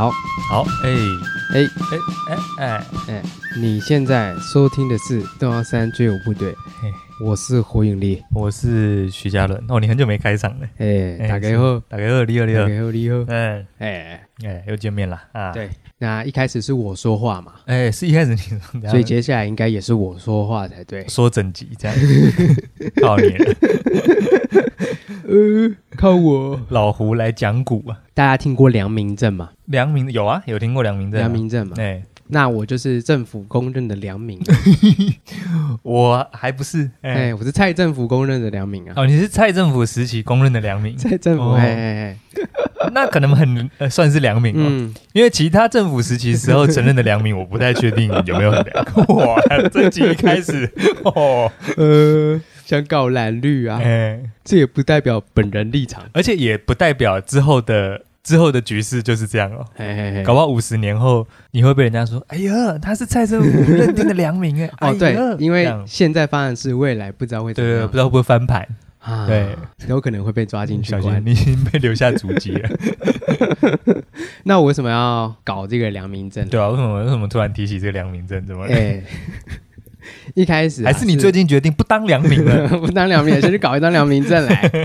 好，你现在收听的是动摇山追舞部队，我是火影烈， 我是徐嘉伦。你很久没开场了。 大家好， 大家好，你好，又见面了啊。 对，那一开始是我说话嘛， 是一开始你说， 所以接下来应该也是我说话才对， 说整集这样，靠你了。 靠我。 老胡来讲古啊。 大家听过良民证吗？ 良民有啊，有听过良民证。 良民证嘛，那我就是政府公认的良民。 我还不是， 我是蔡政府公认的良民啊。 你是蔡政府时期公认的良民。 蔡政府， 那可能算是良民哦。因为其他政府时期时候承认的良民，我不太确定有没有很良。哇，这集一开始， 想搞蓝绿啊，这也不代表本人立场， 而且也不代表之后的局势就是这样哦。搞不好50年后你会被人家说，哎呀，他是蔡政府认定的良民对，因为现在发展是未来不知道会怎么样， 对，不知道会不会翻盘啊？对， 有可能会被抓进去。 小心，你已经被留下足迹了。 那我为什么要搞这个良民证？ 对啊，为什么突然提起这个良民证？怎么？ 一开始还是你最近决定不当良民了？ 不当良民，先去搞一张良民证来。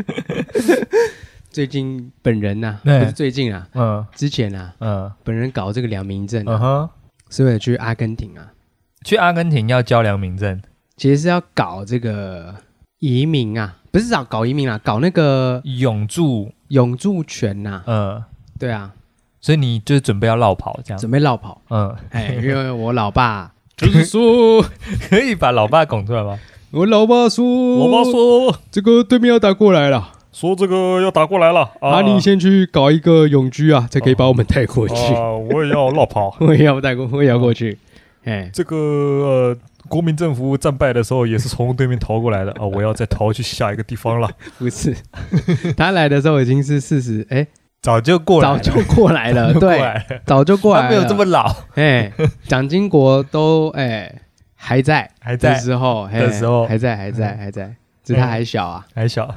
最近本人不是最近之前本人搞这个良民证是为了去阿根廷啊。 去阿根廷要交良民证， 其实是要搞这个移民啊，不是搞移民啊，搞那个永住权呐。对啊， 所以你就是准备要落跑这样？ 准备落跑。因为我老爸就是说， 可以把老爸拱出来吗？ 我老爸说，这个对面要打过来了。 说这个要打过来了啊！你先去搞一个永居啊，才可以把我们带过去。 我也要落跑， 我也要过去。 这个国民政府战败的时候也是从对面逃过来的啊！我要再逃去下一个地方了。 不是，他来的时候已经是40， 早就过来了， 对，早就过来了， 他没有这么老。 蒋经国都还在的时候还在。只是他还小啊， 还小，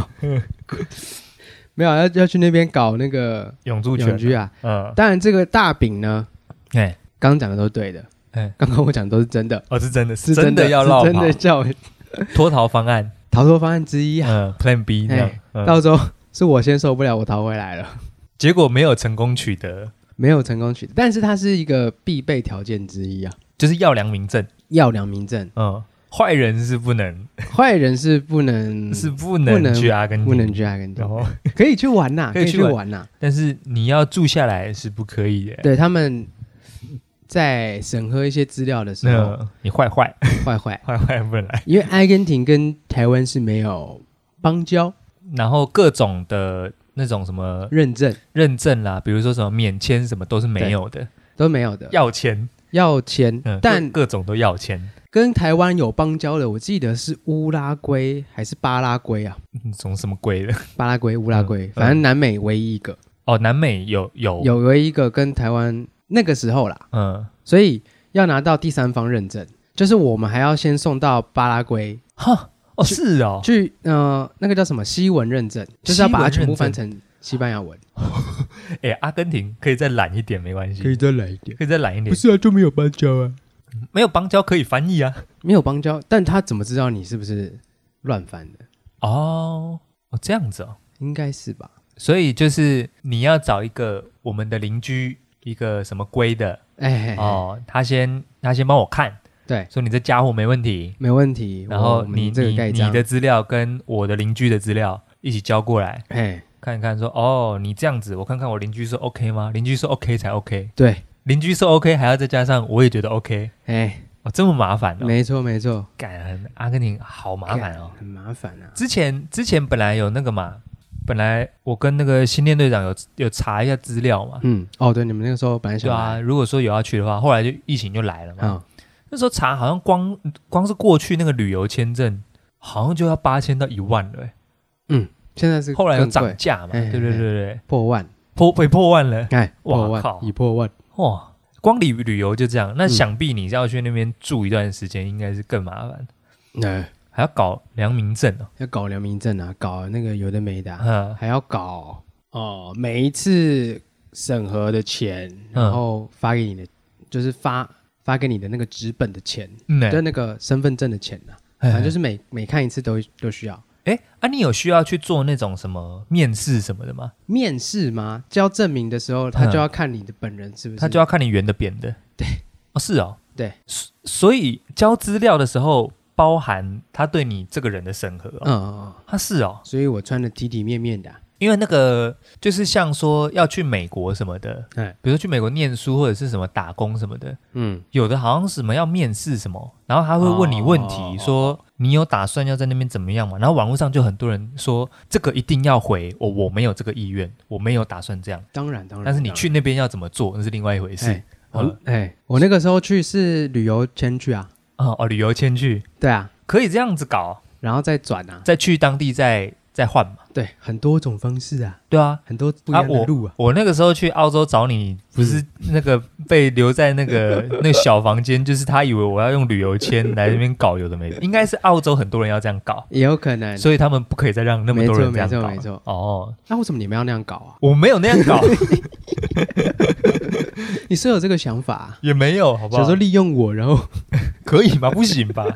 没有要去那边搞那个永居啊。当然这个大饼呢，刚刚讲的都是对的，刚刚我讲的都是真的， 是真的，是真的要落跑， 真的叫脱逃方案之一啊 ，Plan B 这样。 到时候是我先受不了，我逃回来了， 结果没有成功取得， 但是它是一个必备条件之一啊， 就是要良民证，坏人是不能去阿根廷， 可以去玩呐， 但是你要住下来是不可以的。 对，他们在审核一些资料的时候， 你坏不能来， 因为阿根廷跟台湾是没有邦交， 然后各种的那种什么认证啦，比如说什么免签什么都是没有的，要签， 但各种都要签。 跟台湾有邦交的，我记得是乌拉圭还是巴拉圭啊？ 什么圭的？ 巴拉圭、乌拉圭，反正南美唯一一个。 南美有唯一一个跟台湾那个时候啦。所以要拿到第三方认证，就是我们还要先送到巴拉圭。 是哦。 去那个叫什么西文认证，就是要把它全部翻成西班牙文。 阿根廷可以再懒一点，没关系。 可以再懒一点。 不是啊，就没有邦交啊。 没有邦交可以翻译啊， 没有邦交，但他怎么知道你是不是乱翻的？ 这样子哦， 应该是吧。 所以就是你要找一个我们的邻居，一个什么龟的，他先帮我看，对，说你这家伙没问题，然后你的资料跟我的邻居的资料一起交过来，看一看说你这样子，我看看我邻居说 OK 吗？邻居说 OK 才 OK， 对。邻居说 OK， 还要再加上我也觉得 OK， 这么麻烦哦。 没错， 阿根廷好麻烦哦， 很麻烦啊。 之前本来有那个嘛，本来我跟那个新店队长有查一下资料嘛。 对，你们那个时候本来想来， 如果说有要去的话，后来就疫情就来了嘛。那时候查好像光是过去那个旅游签证，好像就要8000到1万了。 现在是后来有涨价嘛？对， 破万了， 已破万。 哇，光旅游就这样，那想必你要去那边住一段时间，应该是更麻烦。还要搞良民证搞那个有的没的，还要搞每一次审核的钱，然后发给你的，就是发给你的那个纸本的钱，跟那个身份证的钱啊，反正就是每看一次都需要。 你有需要去做那种什么面试什么的吗？ 面试吗？交证明的时候，他就要看你的本人是不是？ 他就要看你圆的扁的。 对， 是哦， 对， 所以交资料的时候，包含他对你这个人的审核他是哦， 所以我穿的体体面面的。 因为那个就是像说要去美国什么的，比如说去美国念书或者是什么打工什么的，有的好像什么要面试什么，然后他会问你问题，说你有打算要在那边怎么样吗？然后网络上就很多人说这个一定要回，我没有这个意愿，我没有打算这样。 当然， 但是你去那边要怎么做，那是另外一回事。 我那个时候去是旅游签去啊。 旅游签去， 对啊， 可以这样子搞， 然后再转啊， 再去当地再换嘛。 对，很多种方式啊。 对啊， 很多不一样的路啊。 我那个时候去澳洲找你，不是那个被留在那个小房间，就是他以为我要用旅游签来这边搞，有的没的。应该是澳洲很多人要这样搞， 也有可能， 所以他们不可以再让那么多人这样搞。 没错。那为什么你们要那样搞啊？ 我没有那样搞。 你是有这个想法？ 也没有，好不好？ 想说利用我，然后可以吗？不行吧？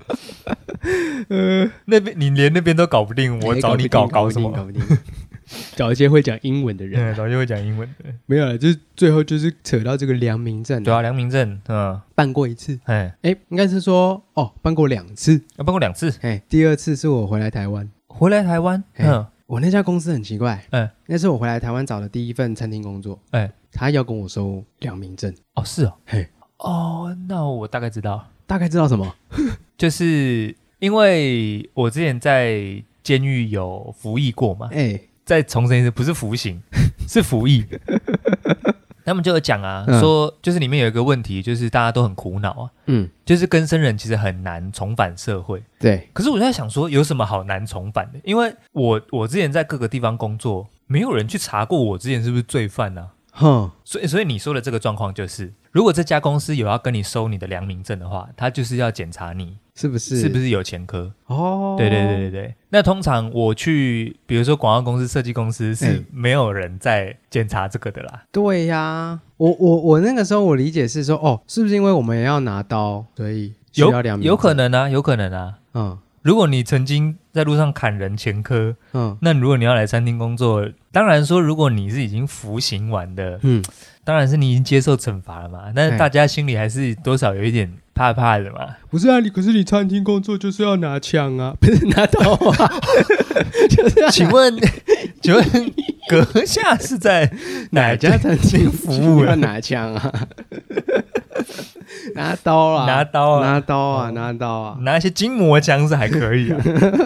那边你连那边都搞不定，我找你搞什么？ 搞不定。找一些会讲英文的人， 找一些会讲英文的。 没有了，就是最后就是扯到这个良民证。 对啊，良民证， 办过一次。应该是说办过2次。 办过2次。 第2次是我回来台湾。我那家公司很奇怪。那是我回来台湾找的第一份餐厅工作。他要跟我收良民证。 是哦。那我大概知道。 大概知道什么？就是因为我之前在监狱有服役过嘛。再重申一次，不是服刑，是服役。他们就有讲啊，说就是里面有一个问题，就是大家都很苦恼啊。就是更生人其实很难重返社会。对。可是我在想说，有什么好难重返的？因为我之前在各个地方工作，没有人去查过我之前是不是罪犯啊。所以你说的这个状况就是，如果这家公司有要跟你收你的良民证的话，他就是要检查你是不是有前科。对。那通常我去比如说广告公司、设计公司是没有人在检查这个的啦。 对呀，我那个时候我理解是说，是不是因为我们也要拿刀，所以需要良民证？ 有可能啊。如果你曾经在路上砍人前科，那如果你要来餐厅工作，当然说如果你是已经服刑完的，当然是你已经接受惩罚了嘛。但是大家心里还是多少有一点怕怕的嘛。 不是啊，可是你餐厅工作就是要拿枪啊，不是拿刀啊。 请问阁下是在哪家餐厅服务？ 要拿枪啊？拿刀啊，拿刀啊， 拿一些筋膜枪是还可以啊。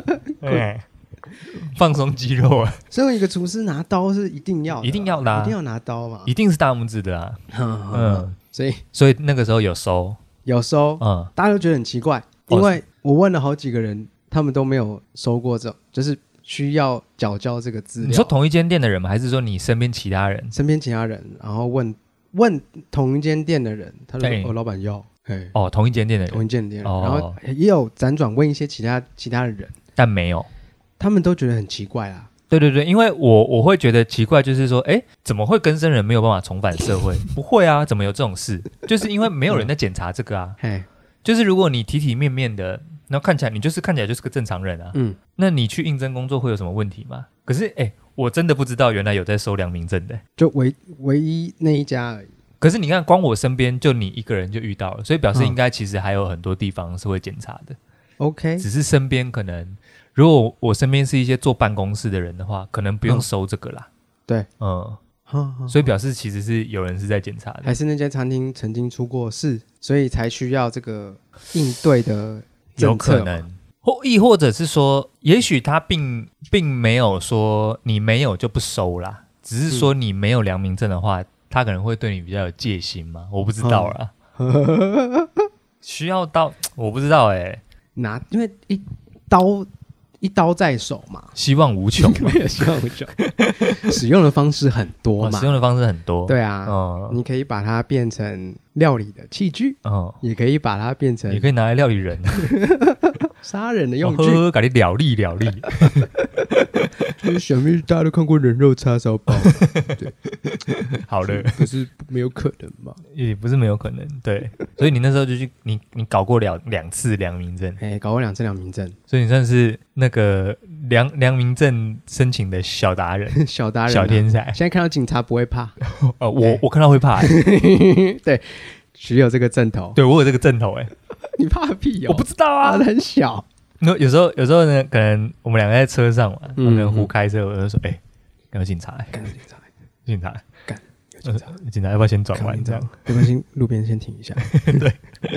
放松肌肉啊。 身为一个厨师，拿刀是一定要的， 一定要拿刀嘛， 一定是大拇指的啊。所以那个时候有收， 大家都觉得很奇怪，因为我问了好几个人，他们都没有收过这种，就是需要缴交这个资料。 你说同一间店的人吗？还是说你身边其他人？ 身边其他人，然后问同一间店的人，他说老板要。 同一间店的人， 然后也有辗转问一些其他的人， 但没有， 他们都觉得很奇怪啦。 对，因为我会觉得奇怪，就是说，怎么会更生人没有办法重返社会？不会啊，怎么有这种事？就是因为没有人在检查这个啊。就是如果你体体面面的，然后看起来就是个正常人啊。那你去应征工作会有什么问题吗？可是我真的不知道原来有在收良民证的， 就唯一那一家而已。 可是你看，光我身边就你一个人就遇到了，所以表示应该其实还有很多地方是会检查的。 OK， 只是身边可能，如果我身边是一些坐办公室的人的话，可能不用收这个啦。 对， 所以表示其实是有人是在检查的， 还是那家餐厅曾经出过事，所以才需要这个应对的政策。 有可能，亦或者是说，也许他并没有说你没有就不收啦，只是说你没有良民证的话。他可能会对你比较有戒心吗？我不知道啦。需要到我不知道因为一刀在手嘛， 希望无穷， 没有希望无穷。使用的方式很多嘛， 对啊，你可以把它变成料理的器具，也可以把它变成， 也可以拿来料理人， 杀人的用具， 给你料理。 就是想必大家都看过人肉叉烧包，对， 好了， 可是没有可能嘛？ 也不是没有可能，对，所以你那时候就去，你搞过两次良民证， 搞过2次良民证， 所以你算是那个良民证申请的小达人， 小达人， 小天才。 现在看到警察不会怕， 我看到会怕， 对，只有这个证头， 对我有这个证头， 你怕屁哦？ 我不知道啊， 很小。 有时候呢，可能我们两个在车上嘛，可能胡开车，我就说，有警察， 干警察， 干有警察，要不要先转弯？这样， 没关系，路边先停一下。 对，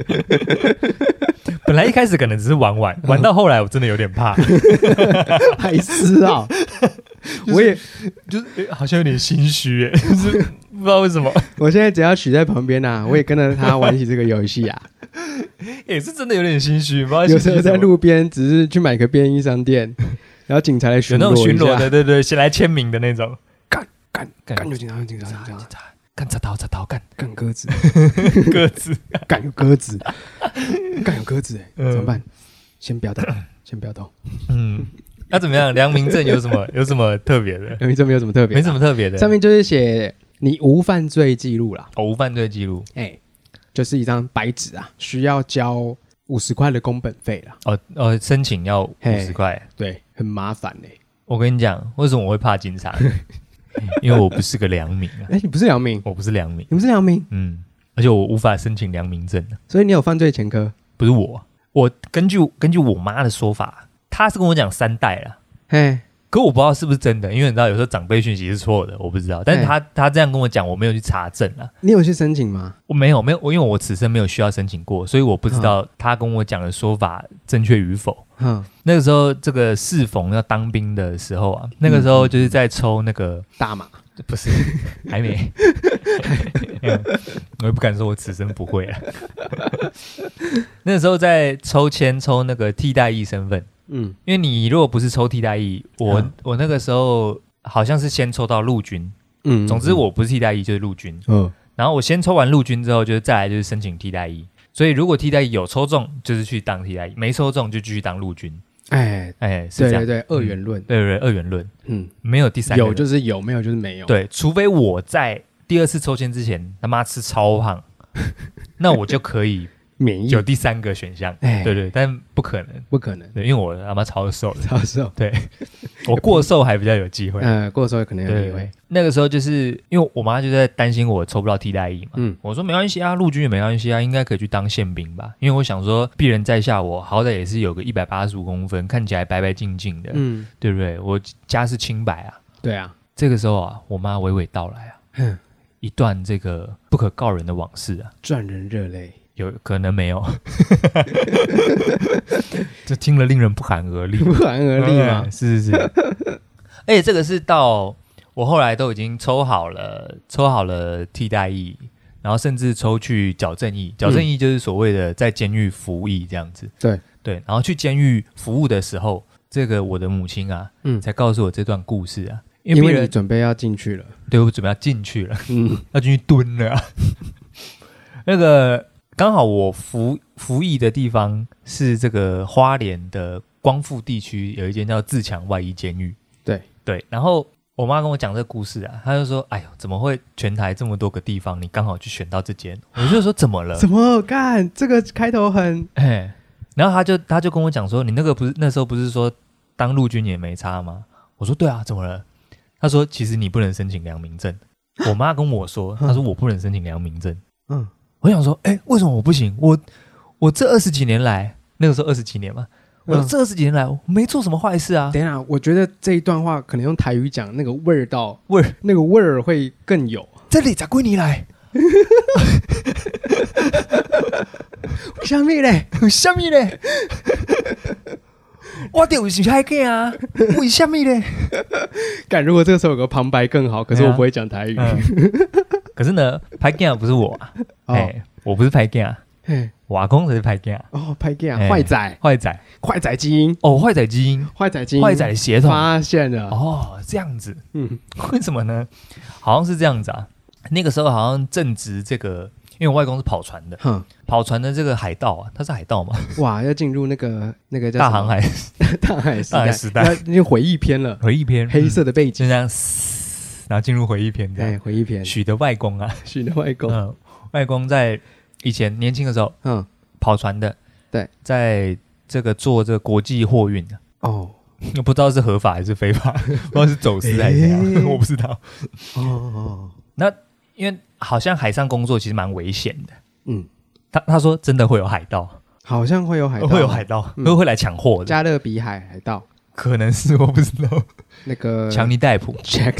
本来一开始可能只是玩到后来，我真的有点怕， 白痴啊！我也就是好像有点心虚，就是不知道为什么。 我现在只要取在旁边啊，我也跟着他玩起这个游戏啊。 也是真的有点心虚， 有时候在路边只是去买个便利商店，然后警察来巡逻， 有那种巡逻的，对，先来签名的那种。 干有警察，干插刀，干鸽子，干有鸽子，怎么办？先不要动。 那怎么样？良民证有什么特别的？ 良民证没有什么特别， 没什么特别的， 上面就是写你无犯罪记录啦。 无犯罪记录， 就是一张白纸啊，需要交50块的工本费啦。 申请要50块， 对，很麻烦我跟你讲，为什么我会怕警察？因为我不是个良民啊。 你不是良民？ 我不是良民。 你不是良民？ 而且我无法申请良民证。 所以你有犯罪前科？ 不是我根据我妈的说法，她是跟我讲3代了。可我不知道是不是真的，因为你知道有时候长辈讯息是错的，我不知道。但是他这样跟我讲，我没有去查证啊。 你有去申请吗？ 我没有，因为我此生没有需要申请过，所以我不知道他跟我讲的说法正确与否。那个时候这个适逢要当兵的时候啊，那个时候就是在抽那个大麻， 不是，还没。我也不敢说我此生不会啊。那个时候在抽那个替代役身份。因为你如果不是抽替代役，我那个时候好像是先抽到陆军，总之我不是替代役就是陆军，然后我先抽完陆军之后，就是再来就是申请替代役，所以如果替代役有抽中，就是去当替代役，没抽中就继续当陆军。是这样， 对，二元论， 对，二元论，没有第三个， 有就是有，没有就是没有， 对，除非我在第2次抽签之前他妈吃超胖，那我就可以。 免疫有第3个选项，对，但不可能，对，因为我他妈超瘦，对，我过瘦还比较有机会， 过瘦可能有机会。 那个时候就是因为我妈就在担心我抽不到替代役嘛，我说没关系啊，陆军也没关系啊，应该可以去当宪兵吧，因为我想说鄙人在下我好歹也是有个185公分，看起来白白净净的，对不对？我家是清白啊， 对啊。 这个时候啊，我妈娓娓道来啊，一段这个不可告人的往事啊， 赚人热泪。 有可能没有，这听了令人不寒而栗。 不寒而栗吗？ 是。而且这个是到我后来都已经抽好了替代役，然后甚至抽去矫正役。矫正役就是所谓的在监狱服役这样子。对，然后去监狱服务的时候，这个我的母亲啊，才告诉我这段故事啊。 因为你准备要进去了。 对，我准备要进去了，要进去蹲了啊。那个。刚好我服役的地方是这个花莲的光复地区，有一间叫自强外役监狱。对，然后我妈跟我讲这个故事啊，她就说：“哎呦，怎么会全台这么多个地方，你刚好去选到这间？”我就说：“怎么了？ 怎么干？这个开头很…… 然后她就跟我讲说：“你那时候不是说当陆军也没差吗？”我说：“对啊，怎么了？”她说：“其实你不能申请良民证。”我妈跟我说：“她说我不能申请良民证。”我想说，为什么我不行？我这20几年来，那个时候20几年嘛，我这20几年来我没做什么坏事啊。 等一下，我觉得这一段话可能用台语讲，那个味儿会更有。 这里咋归你来？ 什么嘞？ 我就是海囝啊，为什么嘞？ 干，如果这个时候有个旁白更好，可是我不会讲台语。 可是呢，拍囝不是我啊，我不是拍囝，我阿公才是拍囝。 拍囝，坏仔基因。 坏仔基因，坏仔的血统发现了。 这样子，为什么呢？好像是这样子啊。那个时候好像正值这个因为我外公是跑船的，跑船的这个海盗啊，他是海盗嘛？ 哇，要进入那个叫大航海大航海时代，那回忆篇了， 回忆篇， 黑色的背景， 就这样，然后进入回忆篇， 对，回忆篇， 许的外公啊， 许的外公， 外公在以前年轻的时候，跑船的， 对， 在这个做这个国际货运的， 哦， 不知道是合法还是非法，不知道是走私还是怎样，我不知道。哦，那因为好像海上工作其实蛮危险的，他说真的会有海盗， 好像会有海盗， 会有海盗，会来抢货的。 加勒比海盗， 可能是我不知道。 那个强尼戴普 ，Jack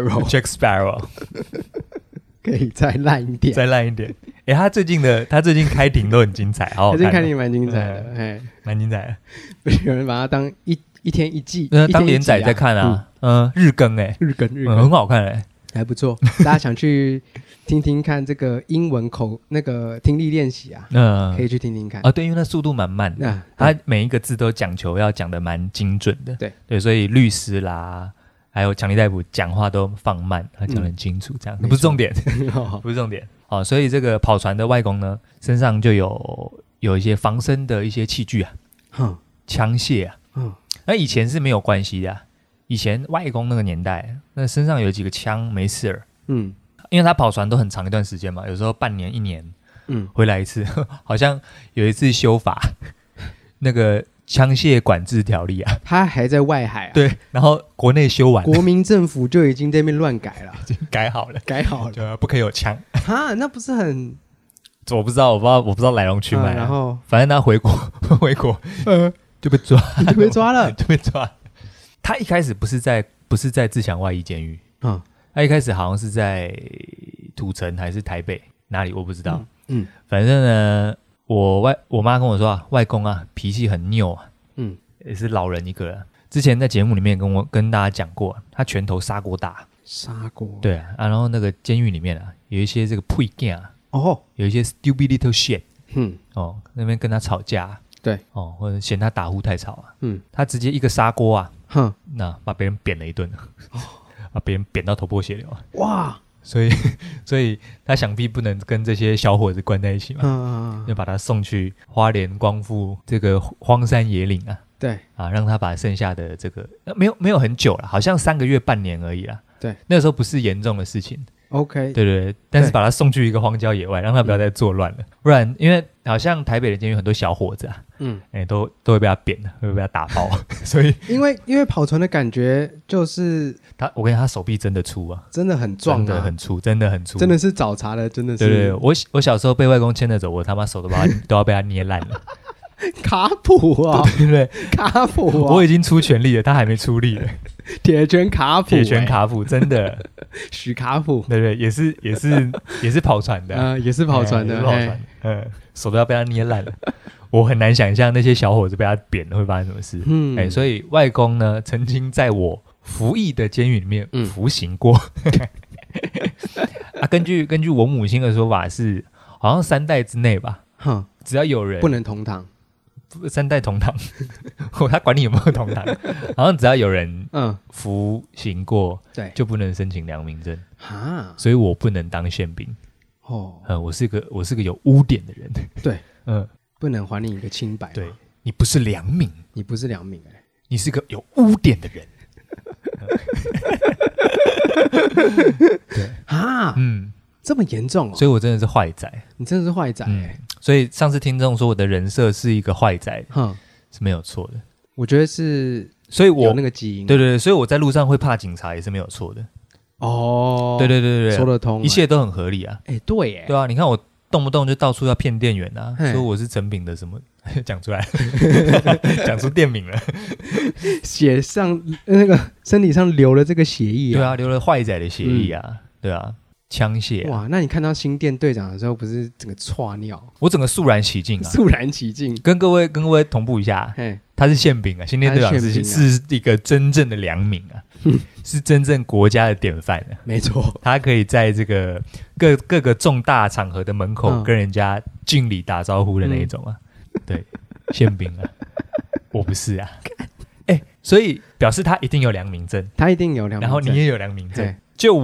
Sparrow，可以再烂一点， 再烂一点。他最近开庭都很精彩，好好看。 最近开庭蛮精彩的， 蛮精彩的。有人把它当一天一季， 当连载在看啊，日更日更，很好看还不错。大家想去听听看这个英文那个听力练习啊，可以去听听看啊。对，因为它速度蛮慢的，它每一个字都讲求要讲的蛮精准的。对，所以律师啦，还有强尼戴普讲话都放慢，他讲得很清楚，这样不是重点，不是重点。所以这个跑船的外公呢，身上就有一些防身的一些器具啊，枪械啊，那以前是没有关系的，以前外公那个年代，那身上有几个枪没事儿，因为他跑船都很长一段时间嘛，有时候半年一年，回来一次，好像有一次修法，那个枪械管制条例啊， 他还在外海啊， 对，然后国内修完， 国民政府就已经在那边乱改了， 已经改好了，就不可以有枪哈，那不是很， 我不知道来龙去脉， 然后反正他回国就被抓， 了， 就被抓。他一开始不是在自强外役监狱，他一开始好像是在土城还是台北哪里我不知道，反正呢，我妈跟我说外公啊脾气很拗啊，也是老人一个了。之前在节目里面跟大家讲过，他拳头砂锅大，对啊，然后那个监狱里面啊有一些这个屁囝啊，有一些 stupid little shit，那边跟他吵架， 对， 或者嫌他打呼太吵啊，他直接一个砂锅啊，那把别人扁了一顿，把别人扁到头破血流啊！哇！所以他想必不能跟这些小伙子关在一起嘛，就把他送去花莲光复这个荒山野岭啊， 对啊，让他把剩下的这个没有很久了，好像3个月半年而已啦， 对， 那个时候不是严重的事情。 OK， 对，但是把他送去一个荒郊野外，让他不要再作乱了，不然因为好像台北的监狱很多小伙子啊，都会被他扁的，会被他打爆，所以因为跑船的感觉就是我跟你讲，他手臂真的粗啊， 真的很壮， 真的很粗，真的很粗， 真的是找茬的，真的是。 对，我小时候被外公牵着走，我他妈手都要被他捏烂了。 卡普啊， 对不对？ 卡普啊， 我已经出全力了，他还没出力了。 铁拳卡普， 铁拳卡普，真的， 许卡普， 对，也是跑船的， 也是跑船的， 跑船，手都要被他捏烂了。我很难想象那些小伙子被他扁了会发生什么事。所以外公呢，曾经在我服役的监狱里面服刑过。根据我母亲的说法是，好像3代之内吧，只要有人不能同堂。 3代同堂，他管你有没有同堂，好像只要有人服刑过， 对， 就不能申请良民证啊，所以我不能当宪兵我是个有污点的人， 对，不能还你一个清白， 对，你不是良民， 你是个有污点的人， 对啊，这么严重所以我真的是坏仔， 你真的是坏仔所以上次听众说我的人设是一个坏仔，是没有错的。 我觉得是， 所以我有那个基因。 对，所以我在路上会怕警察也是没有错的。对， 说得通， 一切都很合理啊。 对啊，你看我动不动就到处要骗店员啊，说我是成品的什么，讲出来，讲出店名了， 写上那个身体上留了这个血液， 对啊，留了坏仔的血液啊，对啊。枪械哇！那你看到新店队长的时候，不是整个唰尿？ 我整个肃然起敬啊！ 肃然起敬， 跟各位同步一下，他是宪兵啊，新店队长是一个真正的良民啊，是真正国家的典范啊。 没错， 他可以在这个各个重大场合的门口跟人家敬礼打招呼的那一种啊。对，宪兵啊，我不是啊。所以表示他一定有良民证， 他一定有良民证， 然后你也有良民证，就我。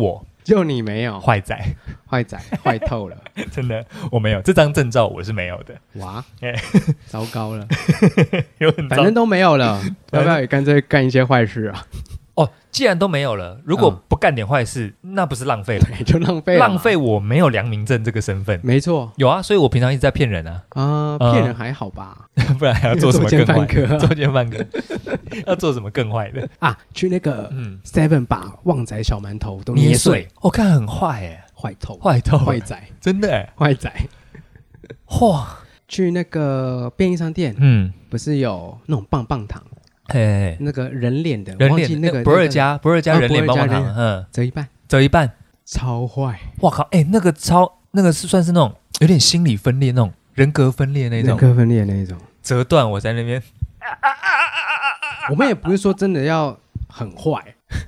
就你没有， 坏仔， 坏透了， 真的，我没有这张证照，我是没有的。 哇，糟糕了， 反正都没有了，要不要也干脆干一些坏事啊？ 哦，既然都没有了，如果不干点坏事，那不是浪费了？ 对，就浪费了， 浪费我没有良民证这个身份。 没错， 有啊，所以我平常一直在骗人啊。 骗人还好吧？ 不然还要做什么更坏？ 作奸犯科，要做什么更坏的啊？去那个7把旺仔小馒头都捏碎， 我看很坏哎， 坏透， 坏仔， 真的哎， 坏仔。 哇！ 去那个便利商店，不是有那种棒棒糖？那个人脸的， 忘记那个不二家人脸棒棒糖，折一半， 超坏！ 哇靠，那个是算是那种有点心理分裂那种人格分裂那种，折断我在那边， 我们也不是说真的要很坏，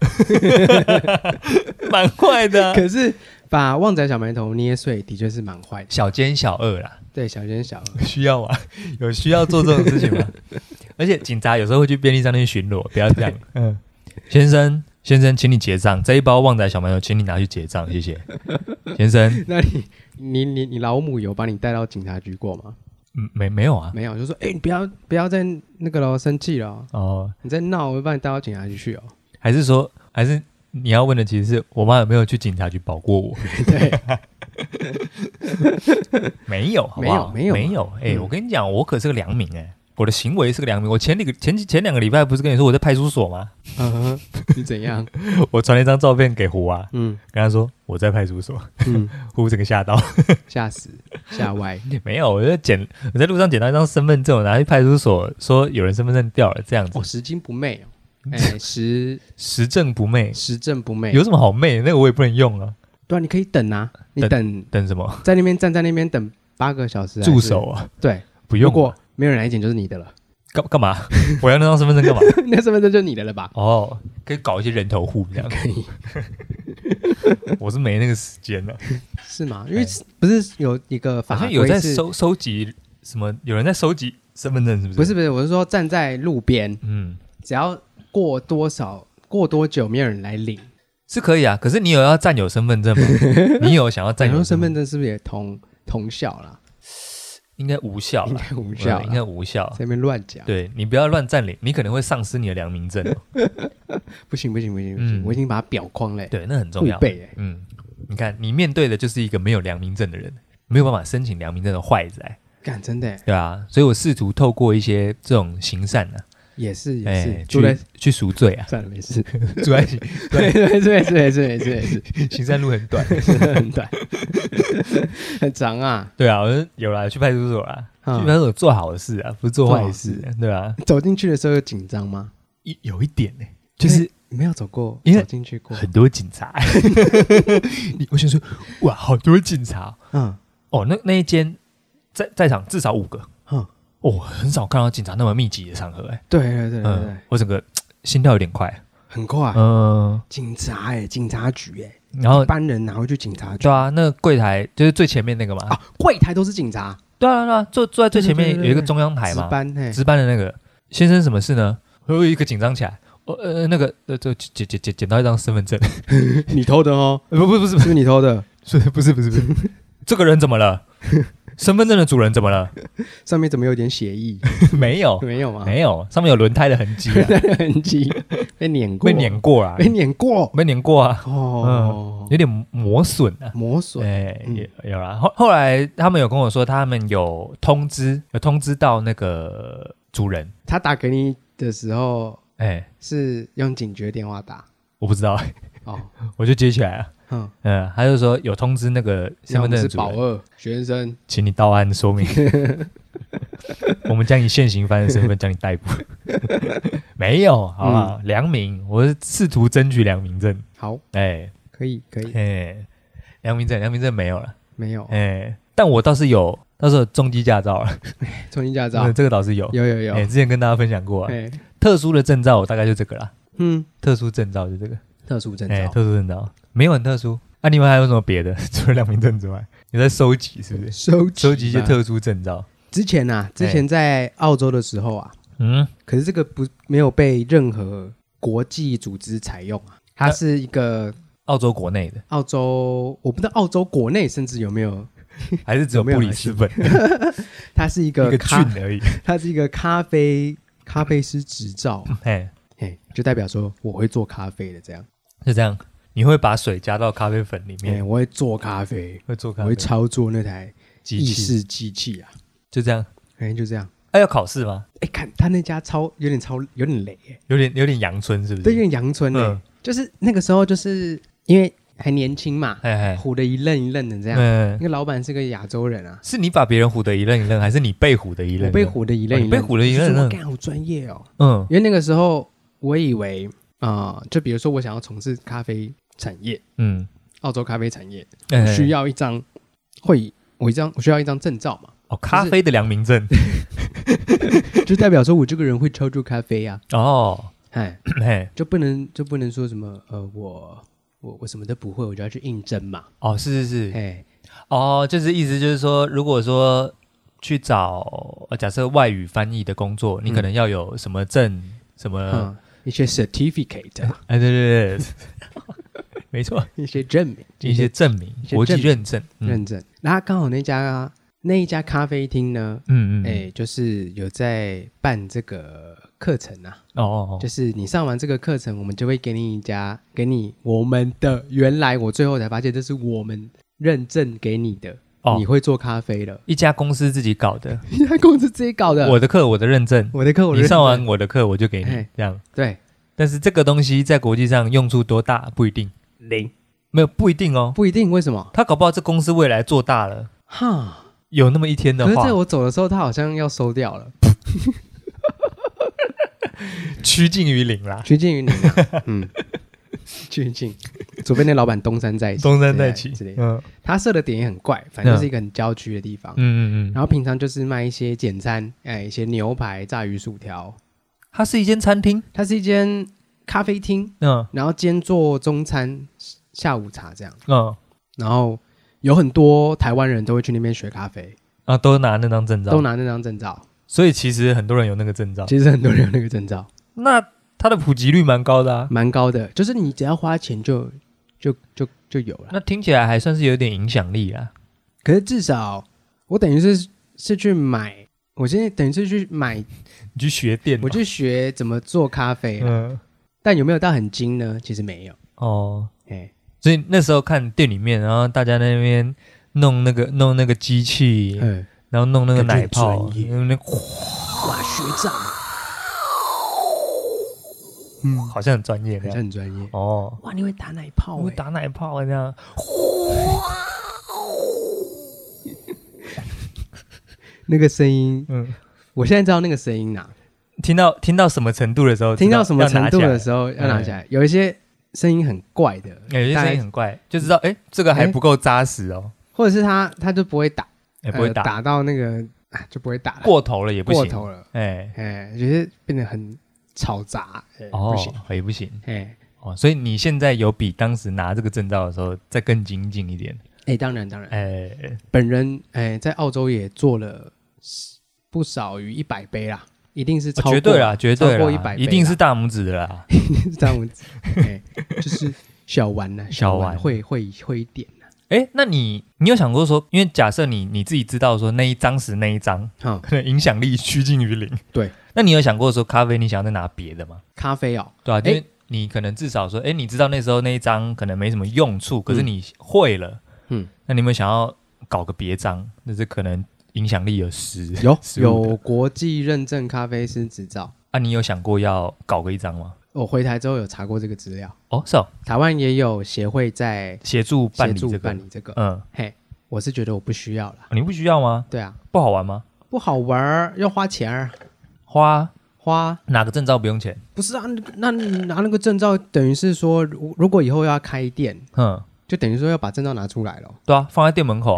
蛮坏的， 可是把旺仔小馒头捏碎的确是蛮坏的， 小奸小恶啦， 对，小奸小恶需要吗？有需要做这种事情吗？而且警察有时候会去便利商店巡逻，不要这样。先生，请你结账，这一包旺仔小馒头，请你拿去结账，谢谢。先生， 那你老母有把你带到警察局过吗？ 没有啊， 没有，就说你不要再那个了，生气了哦，你在闹，我会把你带到警察局去哦。还是你要问的其实是我妈有没有去警察局保过我？ 对。 没有，好不好？没有。我跟你讲，我可是个良民我的行为是个良民。我前2个礼拜不是跟你说我在派出所吗？ 你怎样？ 我传了一张照片给胡啊，跟他说我在派出所，胡整个吓到， 吓死，吓歪。 没有，我在路上捡到一张身份证，我拿去派出所说有人身份证掉了，这样子。 拾金不昧时政不昧，有什么好昧？那个我也不能用啊。 对啊，你可以等啊，你等什么？ 在那边站在那边等8个小时， 驻守啊？ 对， 不用。 如果没有人来捡，就是你的了。 干嘛？我要那张身份证干嘛？ 那身份证就是你的了吧？ 哦，可以搞一些人头户这样。 可以。 我是没那个时间了。 是吗？因为不是有一个法规是有在收集什么？有人在收集身份证是不是？ 不是，我是说站在路边，只要过多久没有人来领是可以啊。可是你有要占有身份证吗？你有想要占有身份证是不是也同效啦？ 应该无效，应该无效， 在那边乱讲。 对，你不要乱占领，你可能会丧失你的良民证。 不行，我已经把它裱框了。 对，那很重要。你看，你面对的就是一个没有良民证的人，没有办法申请良民证的坏仔。 干，真的。 对啊，所以我试图透过一些这种行善呢。 也是， 去赎罪啊！ 算了，没事， 住在一起。 对， 行善路很短， 很短，很长啊。 对啊，我有啦，去派出所啦，去派出所做好事啊，不是做坏事，对吧？ 走进去的时候有紧张吗？ 有一点呢，就是没有走过， 因为走进去过， 很多警察。我想说，哇，好多警察。那一间在场至少5个。很少看到警察那么密集的场合。 对， 我整个心跳有点快， 很快。警察警察局然后一般人哪会去警察局？ 对啊，那个柜台就是最前面那个嘛。 柜台都是警察。 对啊，坐在最前面有一个中央台嘛，值班的那个先生，什么事呢？我有一个紧张起来。那个捡到一张身份证， 你偷的哦？ 不是你偷的？ 不是，这个人怎么了？身份证的主人怎么了？ 上面怎么有点血迹？ 没有吗？ 没有，上面有轮胎的痕迹。 痕迹被碾过啊！有点磨损啊！有啦。后来他们有跟我说，他们有通知到那个主人。 他打给你的时候，是用警觉电话打？ 我不知道。我就接起来了。他就说有通知那个身份证的主人， 是保二学生， 请你到案说明。我们将以现行犯的身份将你逮捕。没有，好不好？良民，我是试图争取良民证。 好，可以。 良民证没有了， 没有。 但我倒是有重机驾照了。 重机驾照， 这个倒是有。 之前跟大家分享过。特殊的证照，我大概就这个啦。特殊证照就这个。 特殊证照没有很特殊。你们还有什么别的？除了良民证之外，你在收集是不是？收集一些特殊证照。之前在澳洲的时候啊，可是这个没有被任何国际组织采用啊，它是一个澳洲国内的？ 澳洲我不知道澳洲国内甚至有没有， 还是只有布里斯本？ 它是一个郡而已， 它是一个咖啡师执照，就代表说我会做咖啡的，这样是这样。你会把水加到咖啡粉里面？ 我会做咖啡，我会操作那台意式机器啊， 就这样， 就这样。 要考试吗？ 看他那家有点雷， 有点阳春是不是？ 对，有点阳春就是那个时候就是因为还年轻嘛，唬得一愣一愣的这样。那个老板是个亚洲人啊。 是你把别人唬得一愣一愣，还是你被唬得一愣？ 我被唬得一愣一愣， 被唬得一愣一愣。 干好专业哦。因为那个时候我以为就比如说我想要从事咖啡产业，澳洲咖啡产业，我需要一张我需要一张证照嘛。 咖啡的良民证， 就代表说我这个人会操作咖啡啊。就不能说什么我什么都不会，我就要去应征嘛。 是，就是意思就是说，如果说去找假设外语翻译的工作，你可能要有什么证，什么一些 certificate， 对，没错， 一些证明， 国际认证。 然后刚好那一家咖啡厅呢，就是有在办这个课程啊。就是你上完这个课程，我们就会给你我们的，原来我最后才发现这是我们认证给你的，你会做咖啡了。 一家公司自己搞的， 一家公司自己搞的。 我的课，我的认证，你上完我的课，我就给你这样。 对， 但是这个东西在国际上用处多大不一定， 零， 没有不一定哦， 不一定。为什么？ 他搞不好这公司未来做大了，有那么一天的话， 可是在我走的时候，他好像要收掉了， 趋近于零啦， 趋近，除非那老板东山再起之类的。他设的点也很怪，反正就是一个很郊区的地方。然后平常就是卖一些简餐，一些牛排、炸鱼薯条。 它是一间餐厅， 它是一间咖啡厅，然后兼做中餐、下午茶这样。然后有很多台湾人都会去那边学咖啡都拿那张证照， 所以其实很多人有那个证照。 那它的普及率蛮高的啊， 蛮高的，就是你只要花钱就有了。 那听起来还算是有点影响力啦。 可是至少我等于是去买，我现在等于是去买， 你去学店， 我去学怎么做咖啡。但有没有到很精呢？其实没有。 所以那时候看店里面，然后大家那边弄那个机器，然后弄那个奶泡，哇， 学长， 好像很专业， 哇，你会打奶泡， 会打奶泡这样， 那个声音，我现在知道那个声音哪。 听到什么程度的时候， 要拿起来，有一些声音很怪的， 有些声音很怪，就知道这个还不够扎实哦， 或者是他就不会打， 不会打到那个就不会打了， 过头了也不行， 就是变得很吵杂，不行， 也不行，所以你现在有比当时拿这个证照的时候再更精进一点？ 当然，本人在澳洲也做了不少于100杯啦。一定是超过， 绝对啦， 超过100杯， 一定是大拇指的啦， 是大拇指，就是小丸呢，小丸会一点呢。 那你有想过说，因为假设你自己知道说那一张可能影响力趋近于零， 对， 那你有想过说咖啡你想要再拿别的吗？ 咖啡对啊，因为你可能至少说，你知道那时候那一张可能没什么用处，可是你会了，那你有没有想要搞个别张？那是可能。影响力有有国际认证咖啡师执照你有想过要搞个一张吗？ 我回台之后有查过这个资料是台湾也有协会在协助办理这个我是觉得我不需要了。 你不需要吗？ 对啊， 不好玩吗？ 不好玩，要花钱花哪个证照不用钱？ 不是啊，那你拿那个证照等于是说如果以后要开店就等于说要把证照拿出来了。 对啊，放在店门口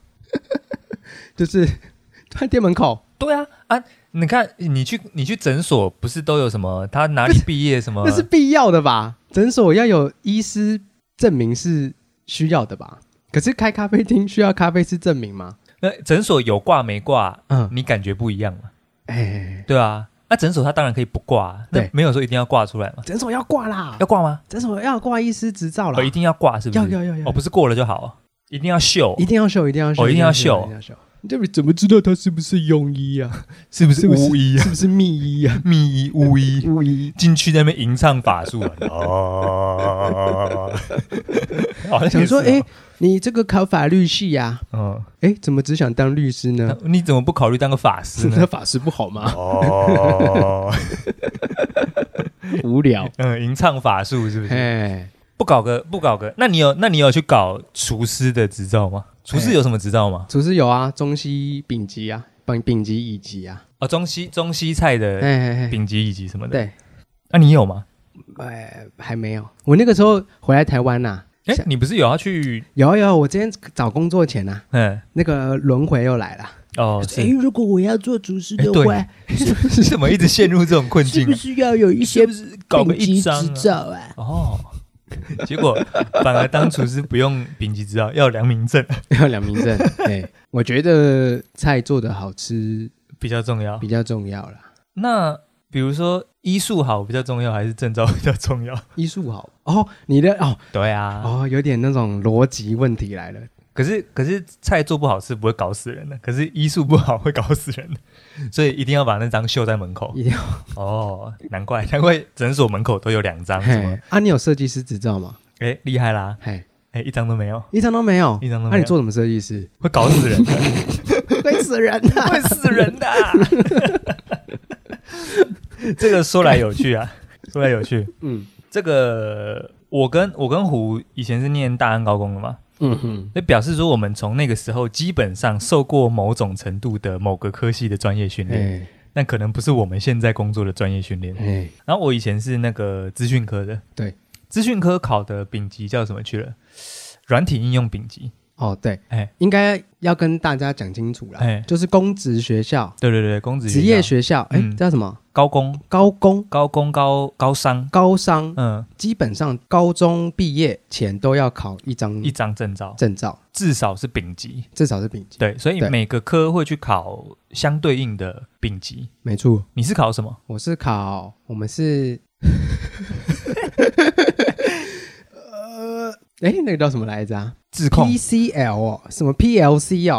就是在店门口。 对啊，你看你去诊所不是都有什么他哪里毕业什么？ 那是必要的吧？诊所要有医师证明是需要的吧？可是开咖啡厅需要咖啡师证明吗？ 诊所有挂没挂？你感觉不一样吗？ 哎， 对啊， 那诊所他当然可以不挂，那没有说一定要挂出来嘛。 诊所要挂啦， 要挂吗？ 诊所要挂医师执照啦。 一定要挂是不是？ 要。 不是过了就好，一定要秀， 一定要秀。 一定要秀。 你这怎么知道他是不是庸医啊？ 是不是巫医啊？ 是不是秘医啊？ 秘医、巫医进去那边吟唱法术想说你这个考法律系啊，怎么只想当律师呢？ 你怎么不考虑当个法师呢？ 法师不好吗？无聊。 吟唱法术是不是？不搞个，那你有去搞厨师的执照吗？厨师有什么执照吗？ 厨师有啊，中西丙级啊，丙级乙级啊。 中西菜的丙级乙级什么的。对，那你有吗？ 还没有。我那个时候回来台湾呐。 你不是有要去？ 有，我今天找工作前啊，那个轮回又来了。如果我要做厨师的话， 是怎么一直陷入这种困境？ 是不是要有一些搞个丙级执照啊？ 结果反而当厨师不用丙级执照，要良民证。 我觉得菜做的好吃比较重要啦。 那比如说医术好比较重要，还是证照比较重要？ 医术好你的对啊， 有点那种逻辑问题来了。 可是菜做不好吃不会搞死人的，可是医术不好会搞死人的，所以一定要把那张绣在门口。 一定要难怪诊所门口都有2张。 你有设计师执照吗？ 厉害啦！一张都没有。 那你做什么设计师？ 会搞死人的， 会死人的。 这个说来有趣啊，这个我跟胡以前是念大安高工的嘛。那表示说我们从那个时候基本上受过某种程度的某个科系的专业训练，但可能不是我们现在工作的专业训练。然后我以前是那个资讯科的， 对， 资讯科考的丙级叫什么去了？软体应用丙级。 对，应该要跟大家讲清楚啦，就是公职学校， 对，公职职业学校，叫什么？ 高工、高商， 基本上高中毕业前都要考一张证照，至少是丙级， 对， 所以每个科会去考相对应的丙级， 没错。 你是考什么？ 我们是那个叫什么来着啊？ 自控 PCL 什么 PLC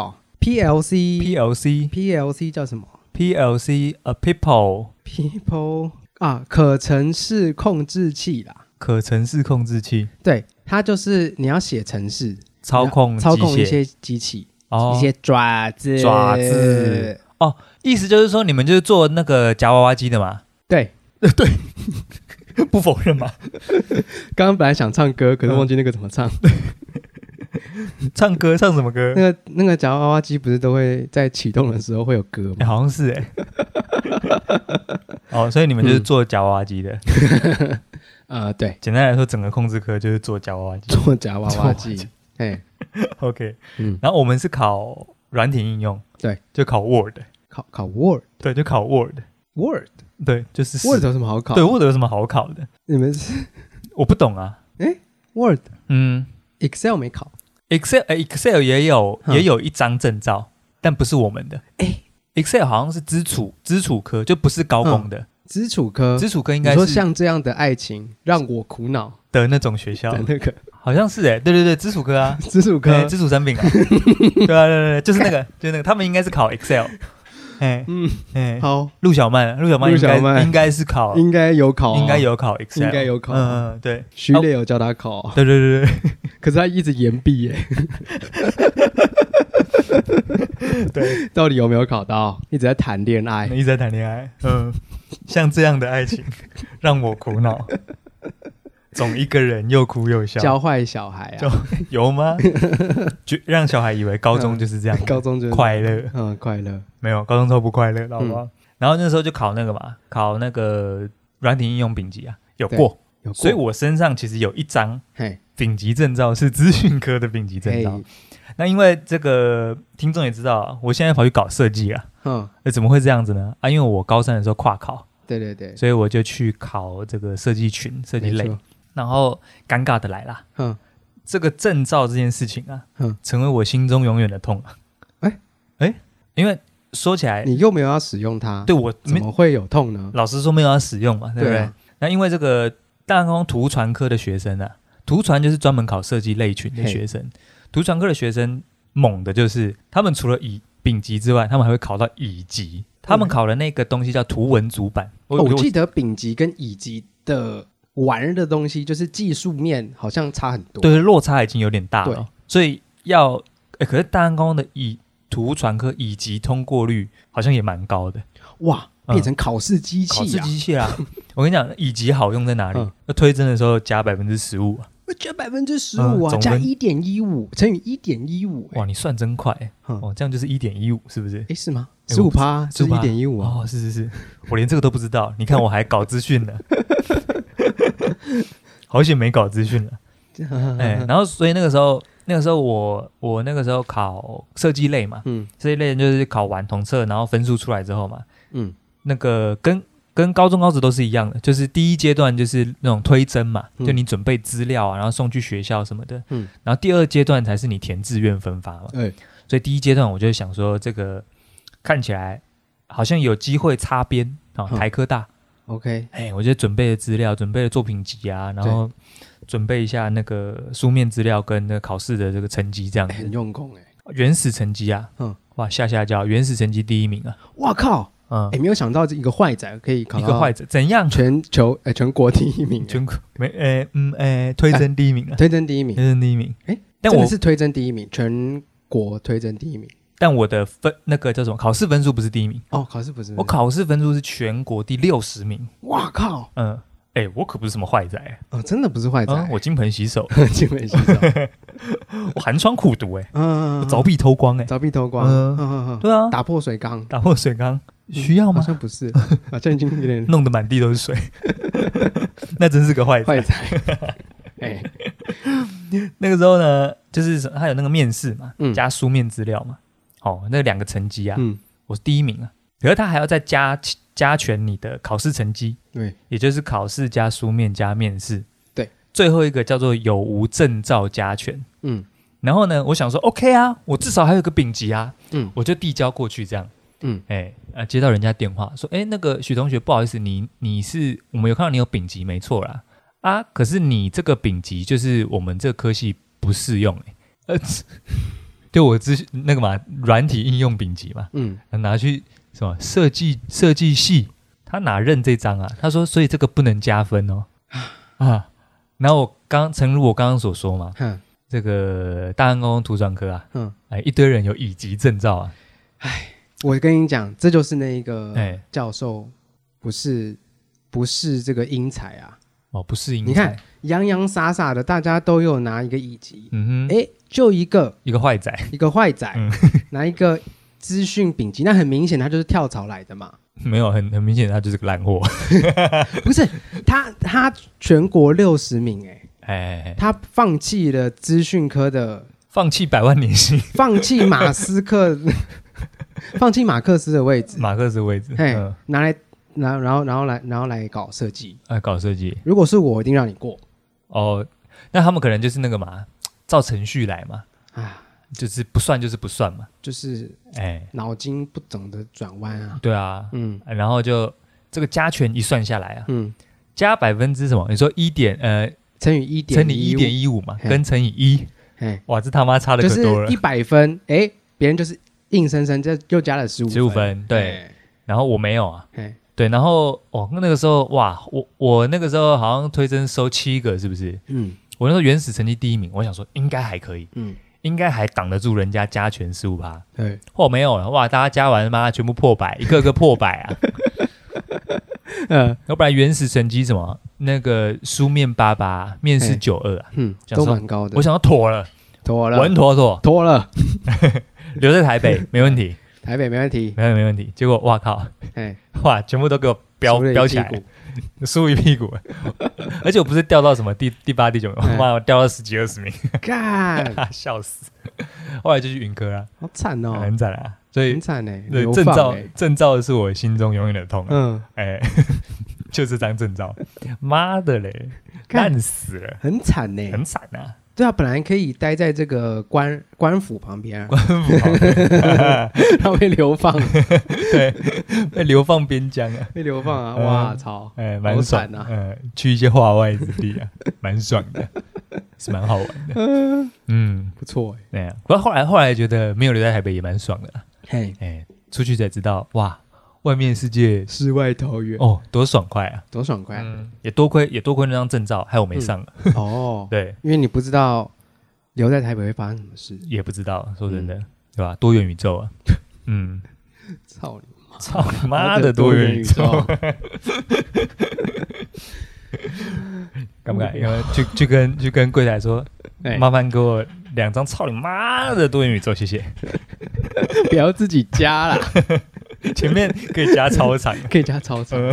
PLC 叫什么 ？PLC people 可程式控制器啦。 可程式控制器， 对，它就是你要写程式， 操控一些机器，一些爪子。 意思就是说你们就是做那个夹娃娃机的嘛？ 对。 不否认嘛？ 刚刚本来想唱歌，可是忘记那个怎么唱。 唱什么歌？ 那个夹娃娃机不是都会在启动的时候会有歌吗？ 好像是所以你们就是做夹娃娃机的。 对， 简单来说，整个控制科就是做夹娃娃机。OK，然后我们是考软体应用， 对， 就考 Word， 考 Word， 对，就考 Word。对，就是 Word 有什么好考？ 对 ，Word 有什么好考的？ 你们是我不懂啊。 Word， Excel 没考 ，Excel 也有一张证照，但不是我们的。Excel 好像是基础科，就不是高工的。基础科应该是你说像这样的爱情让我苦恼的那种学校的那个， 好像是对，基础科啊， 基础产品啊，对，就是那个，他们应该是考 Excel。 好， 陆小曼应该是考， 应该有考 Excel， 应该有考， 对， 徐磊有教他考， 对， 可是他一直延毕对，到底有没有考到？一直在谈恋爱， 像这样的爱情让我苦恼，总一个人又哭又笑， 教坏小孩啊？ 有吗？让小孩以为高中就是这样， 高中就是快乐， 快乐没有，高中超不快乐，好不好？然后那时候就考那个嘛，考那个软体应用丙级啊，有过，所以我身上其实有一张丙级证照，是资讯科的丙级证照。那因为这个听众也知道，我现在跑去搞设计啊，怎么会这样子呢？因为我高三的时候跨考， 对， 所以我就去考这个设计群、设计类。然后尴尬的来啦，这个证照这件事情啊，成为我心中永远的痛啊。因为说起来， 你又没有要使用它， 对我怎么会有痛呢？ 老实说没有要使用嘛，对不对？ 啊、 那因为这个大安高图传科的学生啊，图传就是专门考设计类群的学生，图传科的学生猛的就是他们除了丙级之外，他们还会考到乙级。他们考的那个东西叫图文组版。 我记得丙级跟乙级的玩的东西，就是技术面好像差很多， 对，落差已经有点大了，所以可是大安高的图传科乙级通过率好像也蛮高的， 哇，变成考试机器、啊， 考试机器啊！我跟你讲，乙级好用在哪里？推甄的时候加15%啊。 加15%啊，加1.15乘以1.15， 哇，你算真快哦，这样就是1.15，是不是？ 是吗？15%是1.15啊？ 哦，是，我连这个都不知道。你看我还搞资讯呢，好险没搞资讯了。然后所以那个时候我那个时候考设计类嘛，设计类就是考完统测，然后分数出来之后嘛，那个跟高中高职都是一样的，就是第一阶段就是那种推甄嘛，就你准备资料啊，然后送去学校什么的，然后第二阶段才是你填志愿分发嘛。所以第一阶段我就想说，这个看起来好像有机会擦边啊，台科大 ，OK， 我就准备了资料，准备了作品集啊，然后准备一下那个书面资料跟那个考试的这个成绩，这样子很用功原始成绩啊，哇吓叫原始成绩第1名啊， 哇靠！没有想到一个坏仔可以考到一个坏仔怎样？ 全国第1名， 全国推甄第1名啊， 推甄第一名， 但我是推甄第1名，全国推甄第1名。 但我的那个叫什么？考试分数不是第1名哦，考试不是， 我考试分数是全国第60名。 哇靠！ 我可不是什么坏仔真的不是坏仔， 我金盆洗手， 金盆洗手， 我寒窗苦读凿壁偷光凿壁偷光， 对啊， 打破水缸， 需要吗？ 好像不是，好像已经有点弄得满地都是水，那真是个坏仔。那个时候呢，就是他有那个面试嘛，加书面资料嘛，那2个成绩啊，我是第1名啊，可是他还要再加权你的考试成绩， 对， 也就是考试加书面加面试， 对， 最后一个叫做有无证照加权，然后呢，我想说 OK 啊，我至少还有一个丙级啊，我就递交过去这样，接到人家电话说，那个许同学，不好意思，你是我们有看到你有丙级没错啦，啊，可是你这个丙级就是我们这个科系不适用就我那个嘛，软体应用丙级嘛，拿去什么设计系，他哪认这张啊？他说，所以这个不能加分哦。然后诚如我刚刚所说嘛，这个大安高工图传科啊，一堆人有乙级证照啊。 我跟你讲，这就是那一个教授不是这个英才啊。 不是英才。 你看洋洋洒洒的，大家都有拿一个乙级，就一个坏仔， 拿一个资讯丙级，那很明显他就是跳槽来的嘛。 没有，很明显他就是个烂货。 不是他全国60名他放弃了资讯科的， 放弃100万年薪， 放弃马克思的位置，拿来然后来搞设计， 搞设计。 如果是我，一定让你过。 那他们可能就是那个嘛，照程序来嘛，就是不算就是不算嘛， 就是脑筋不懂得转弯啊。 对啊，然后就这个加权一算下来啊，加%什么？你说乘以 1.15嘛，跟乘以1，哇，这他妈差的可多了。 就是100分，别人就是硬生生又加了15 分，对。然后我没有啊，对，然后那个时候哇，我那个时候好像推甄收7个，是不是？我那时候原始成绩第1名，我想说应该还可以，应该还挡得住人家加权15%。 对， 没有了，哇，大家加完妈全部破100，一个个破100啊。要不然原始成绩什么那个书面88，面试92啊， 都蛮高的。 我想要妥了，稳妥了，留在台北没问题， 台北没问题， 没问题。结果哇靠，哇，全部都给我飙起来，输一屁股。而且我不是掉到什么第8、第9名，妈，我掉到10几20名， 干， 笑死。后来就去云科啊， 好惨哦， 很惨啊。所以很惨对，证照是我心中永远的痛就这张证照，妈的嘞，烂死了， 很惨很惨啊。 对啊，本来可以待在这个官府旁边， 官府旁边， 然后被流放， 对，被流放边疆啊， 被流放啊，哇操， 蛮爽啊，去一些化外之地啊，蛮爽的，是蛮好玩的， 不错哎， 对啊，不过后来觉得没有留在台北也蛮爽的啦，出去才知道哇。外面世界世外桃源哦，多爽快啊！ 多爽快！ 也多亏那张证照，害我没上了。 哦， 对， 因为你不知道留在台北会发生什么事， 也不知道，说真的，对吧？多元宇宙啊， 操你妈的多元宇宙！敢不敢？去跟柜台说，麻烦给我2张操你妈的多元宇宙，谢谢。 不要自己加啦。 前面可以加操场， 可以加操场。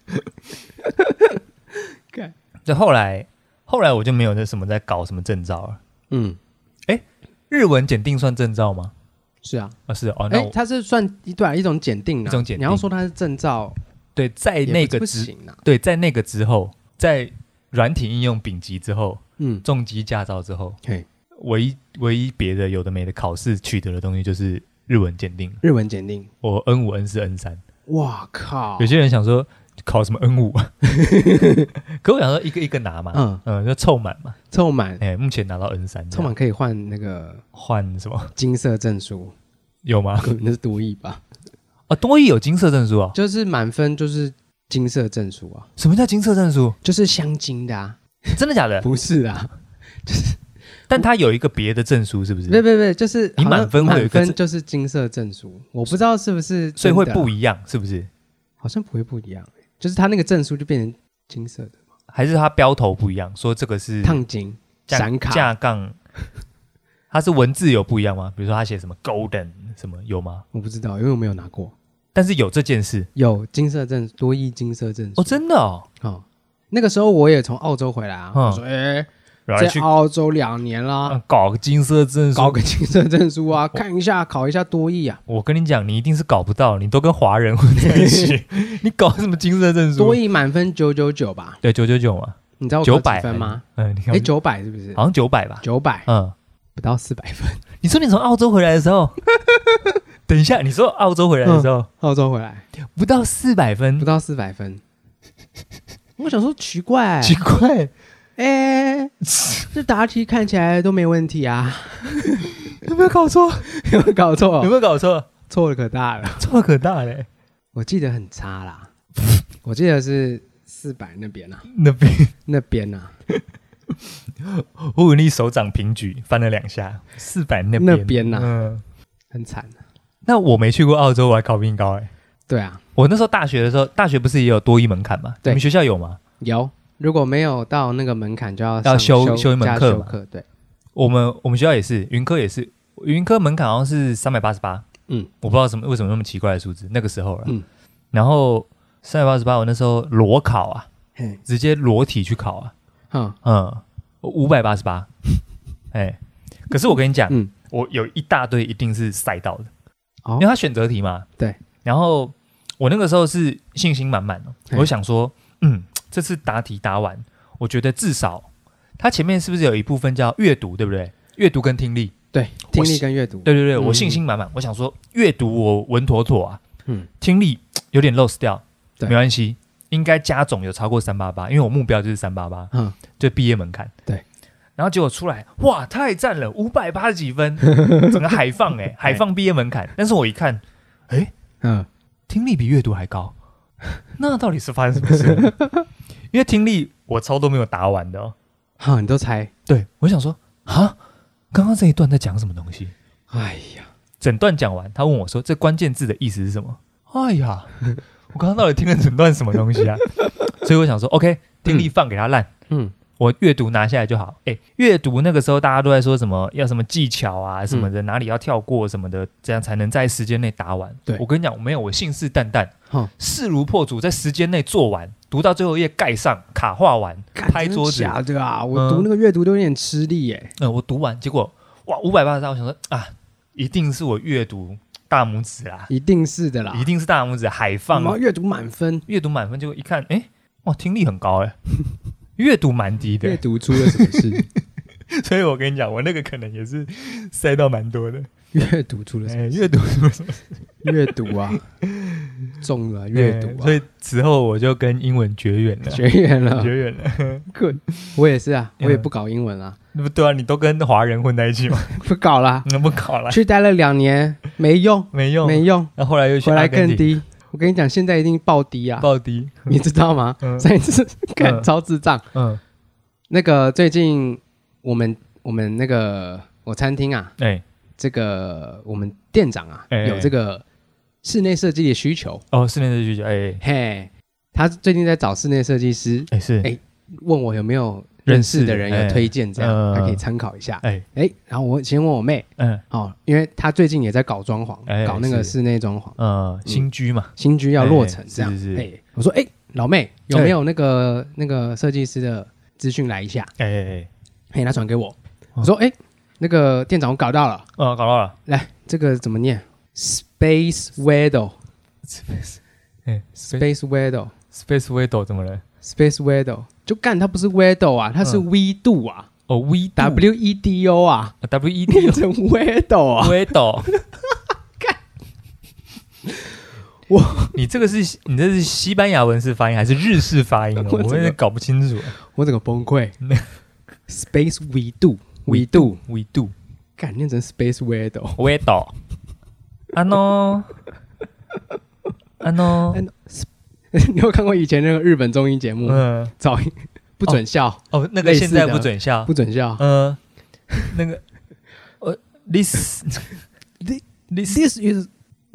就后来我就没有什么在搞什么证照了。日文检定算证照吗？ 是啊， 是哦。那它是算一种检定，你要说它是证照， 对，在那个对，在那个之后，在软体应用丙级之后，重机驾照之后，唯一别的有的没的考试取得的东西就是。日文检定，我 N5、N4、N3， 哇靠！ 有些人想说考什么 N5 啊？可我想说一个一个拿嘛，就凑满嘛，目前拿到 N3， 凑满可以换换什么金色证书？ 有吗？ 那是多益吧？ 多益有金色证书啊？ 就是满分就是金色证书啊？ 什么叫金色证书？ 就是镶金的啊？ 真的假的？ 不是啊，就是。 但它有一个别的证书，是不是？ 对，就是你满分就是金色证书，我不知道是不是， 所以会不一样，是不是？ 好像不会不一样，就是它那个证书就变成金色的， 还是它标头不一样？说这个是烫金、闪卡、 架杠，它是文字有不一样吗？比如说它写什么 golden 什么有吗？ 我不知道，因为我没有拿过。 但是有这件事， 有金色证，多益金色证书真的哦。 那个时候我也从澳洲回来啊，我说在澳洲2年啦， 搞个金色证书啊，看一下考一下多益啊。 我跟你讲，你一定是搞不到，你都跟华人混在一起，你搞什么金色证书？ 多益满分999吧？ 对，999嘛。 你知道我考几分吗？900是不是？ 好像900吧 ？900，不到400分。 你说你从澳洲回来的时候，等一下，你说澳洲回来的时候， 澳洲回来不到400分， 不到400分。我想说奇怪。这答题看起来都没问题啊， 有没有搞错？ 有没有搞错？错的可大了， 我记得很差啦，我记得是400那边啊，那边啊， 我以为你手掌平举翻了2下，400那边啊，很惨啊。 那我没去过澳洲，我还考比你高对啊， 我那时候大学的时候，大学不是也有多益门槛吗？ 对， 你们学校有吗？ 有。如果没有到那个门槛，就要修一门课嘛。 对， 我们学校也是，云科也是，云科门槛好像是388。我不知道为什么那么奇怪的数字，那个时候了。然后388，我那时候裸考啊，直接裸体去考啊。588。可是我跟你讲，我有一大堆一定是赛到的，因为他选择题嘛。 对。 然后我那个时候是信心满满的，我想说，这次答题答完，我觉得至少它前面是不是有一部分叫阅读，对不对？阅读跟听力， 对，听力跟阅读， 对，我信心满满，我想说阅读我稳妥妥啊，听力有点 lost 掉，没关系，应该加总有超过388，因为我目标就是388，就毕业门槛， 对。 然后结果出来，哇，太赞了，580几分，整个海放海放毕业门槛，但是我一看，听力比阅读还高。那到底是发生什么事？因为听力我超都没有答完的你都猜？ 对，我想说刚刚这一段在讲什么东西？哎呀，整段讲完，他问我说这关键字的意思是什么？哎呀，我刚刚到底听了整段什么东西啊？所以我想说 OK， 听力放给他烂，我阅读拿下来就好。阅读那个时候大家都在说什么要什么技巧啊什么的，哪里要跳过什么的，这样才能在时间内答完。对，我跟你讲，没有，我信誓旦旦，势如破竹，在时间内做完，读到最后一页盖上，卡画完，拍桌子。 假的啊！我读那个阅读都有点吃力耶。 我读完，结果哇583，我想说一定是我阅读大拇指啦， 一定是的啦， 一定是大拇指海放， 阅读满分， 结果一看，哇，听力很高阅读蛮低的， 阅读出了什么事？ 所以我跟你讲，我那个可能也是塞到蛮多的。 阅读出了什么？ 阅读出了什么？ 阅读啊，中了阅读啊。 所以此后我就跟英文绝缘了。 绝缘了。 Good， 我也是啊，我也不搞英文啦。 那不对啊，你都跟华人混在一起吗？ 不搞啦， 不搞了。 去待了2年，没用。 那后来又去回来更低。我跟你讲，现在一定爆低啊！ 爆低， 你知道吗？上一次看超智障。那个最近我们那个我餐厅啊，这个我们店长啊，有这个室内设计的需求。 室内设计需求， 嘿，他最近在找室内设计师，问我有没有认识的人有推荐，这样他可以参考一下。然后我先问我妹，因为他最近也在搞装潢，搞那个室内装潢， 新居嘛， 新居要落成这样。我说，老妹有没有那个设计师的资讯来一下？他传给我，我说，那个店长我搞到了， 搞到了， 来，这个怎么念 ？Space Weddle，Space Weddle，Space Weddle 怎么了 ？Space Weddle 就干，它不是 Weddle 啊，它是 We Do 啊，WEDO 啊 ，WEDO 变成 Weddle 啊 ，Weddle， 干，你这是西班牙文式发音还是日式发音？我有点搞不清楚， 我整个崩溃。Space We Do。We do， 干念成 Space Weddle， 安喏， 你有看过以前那个日本综艺节目？早不准笑那个现在不准笑，那个this is，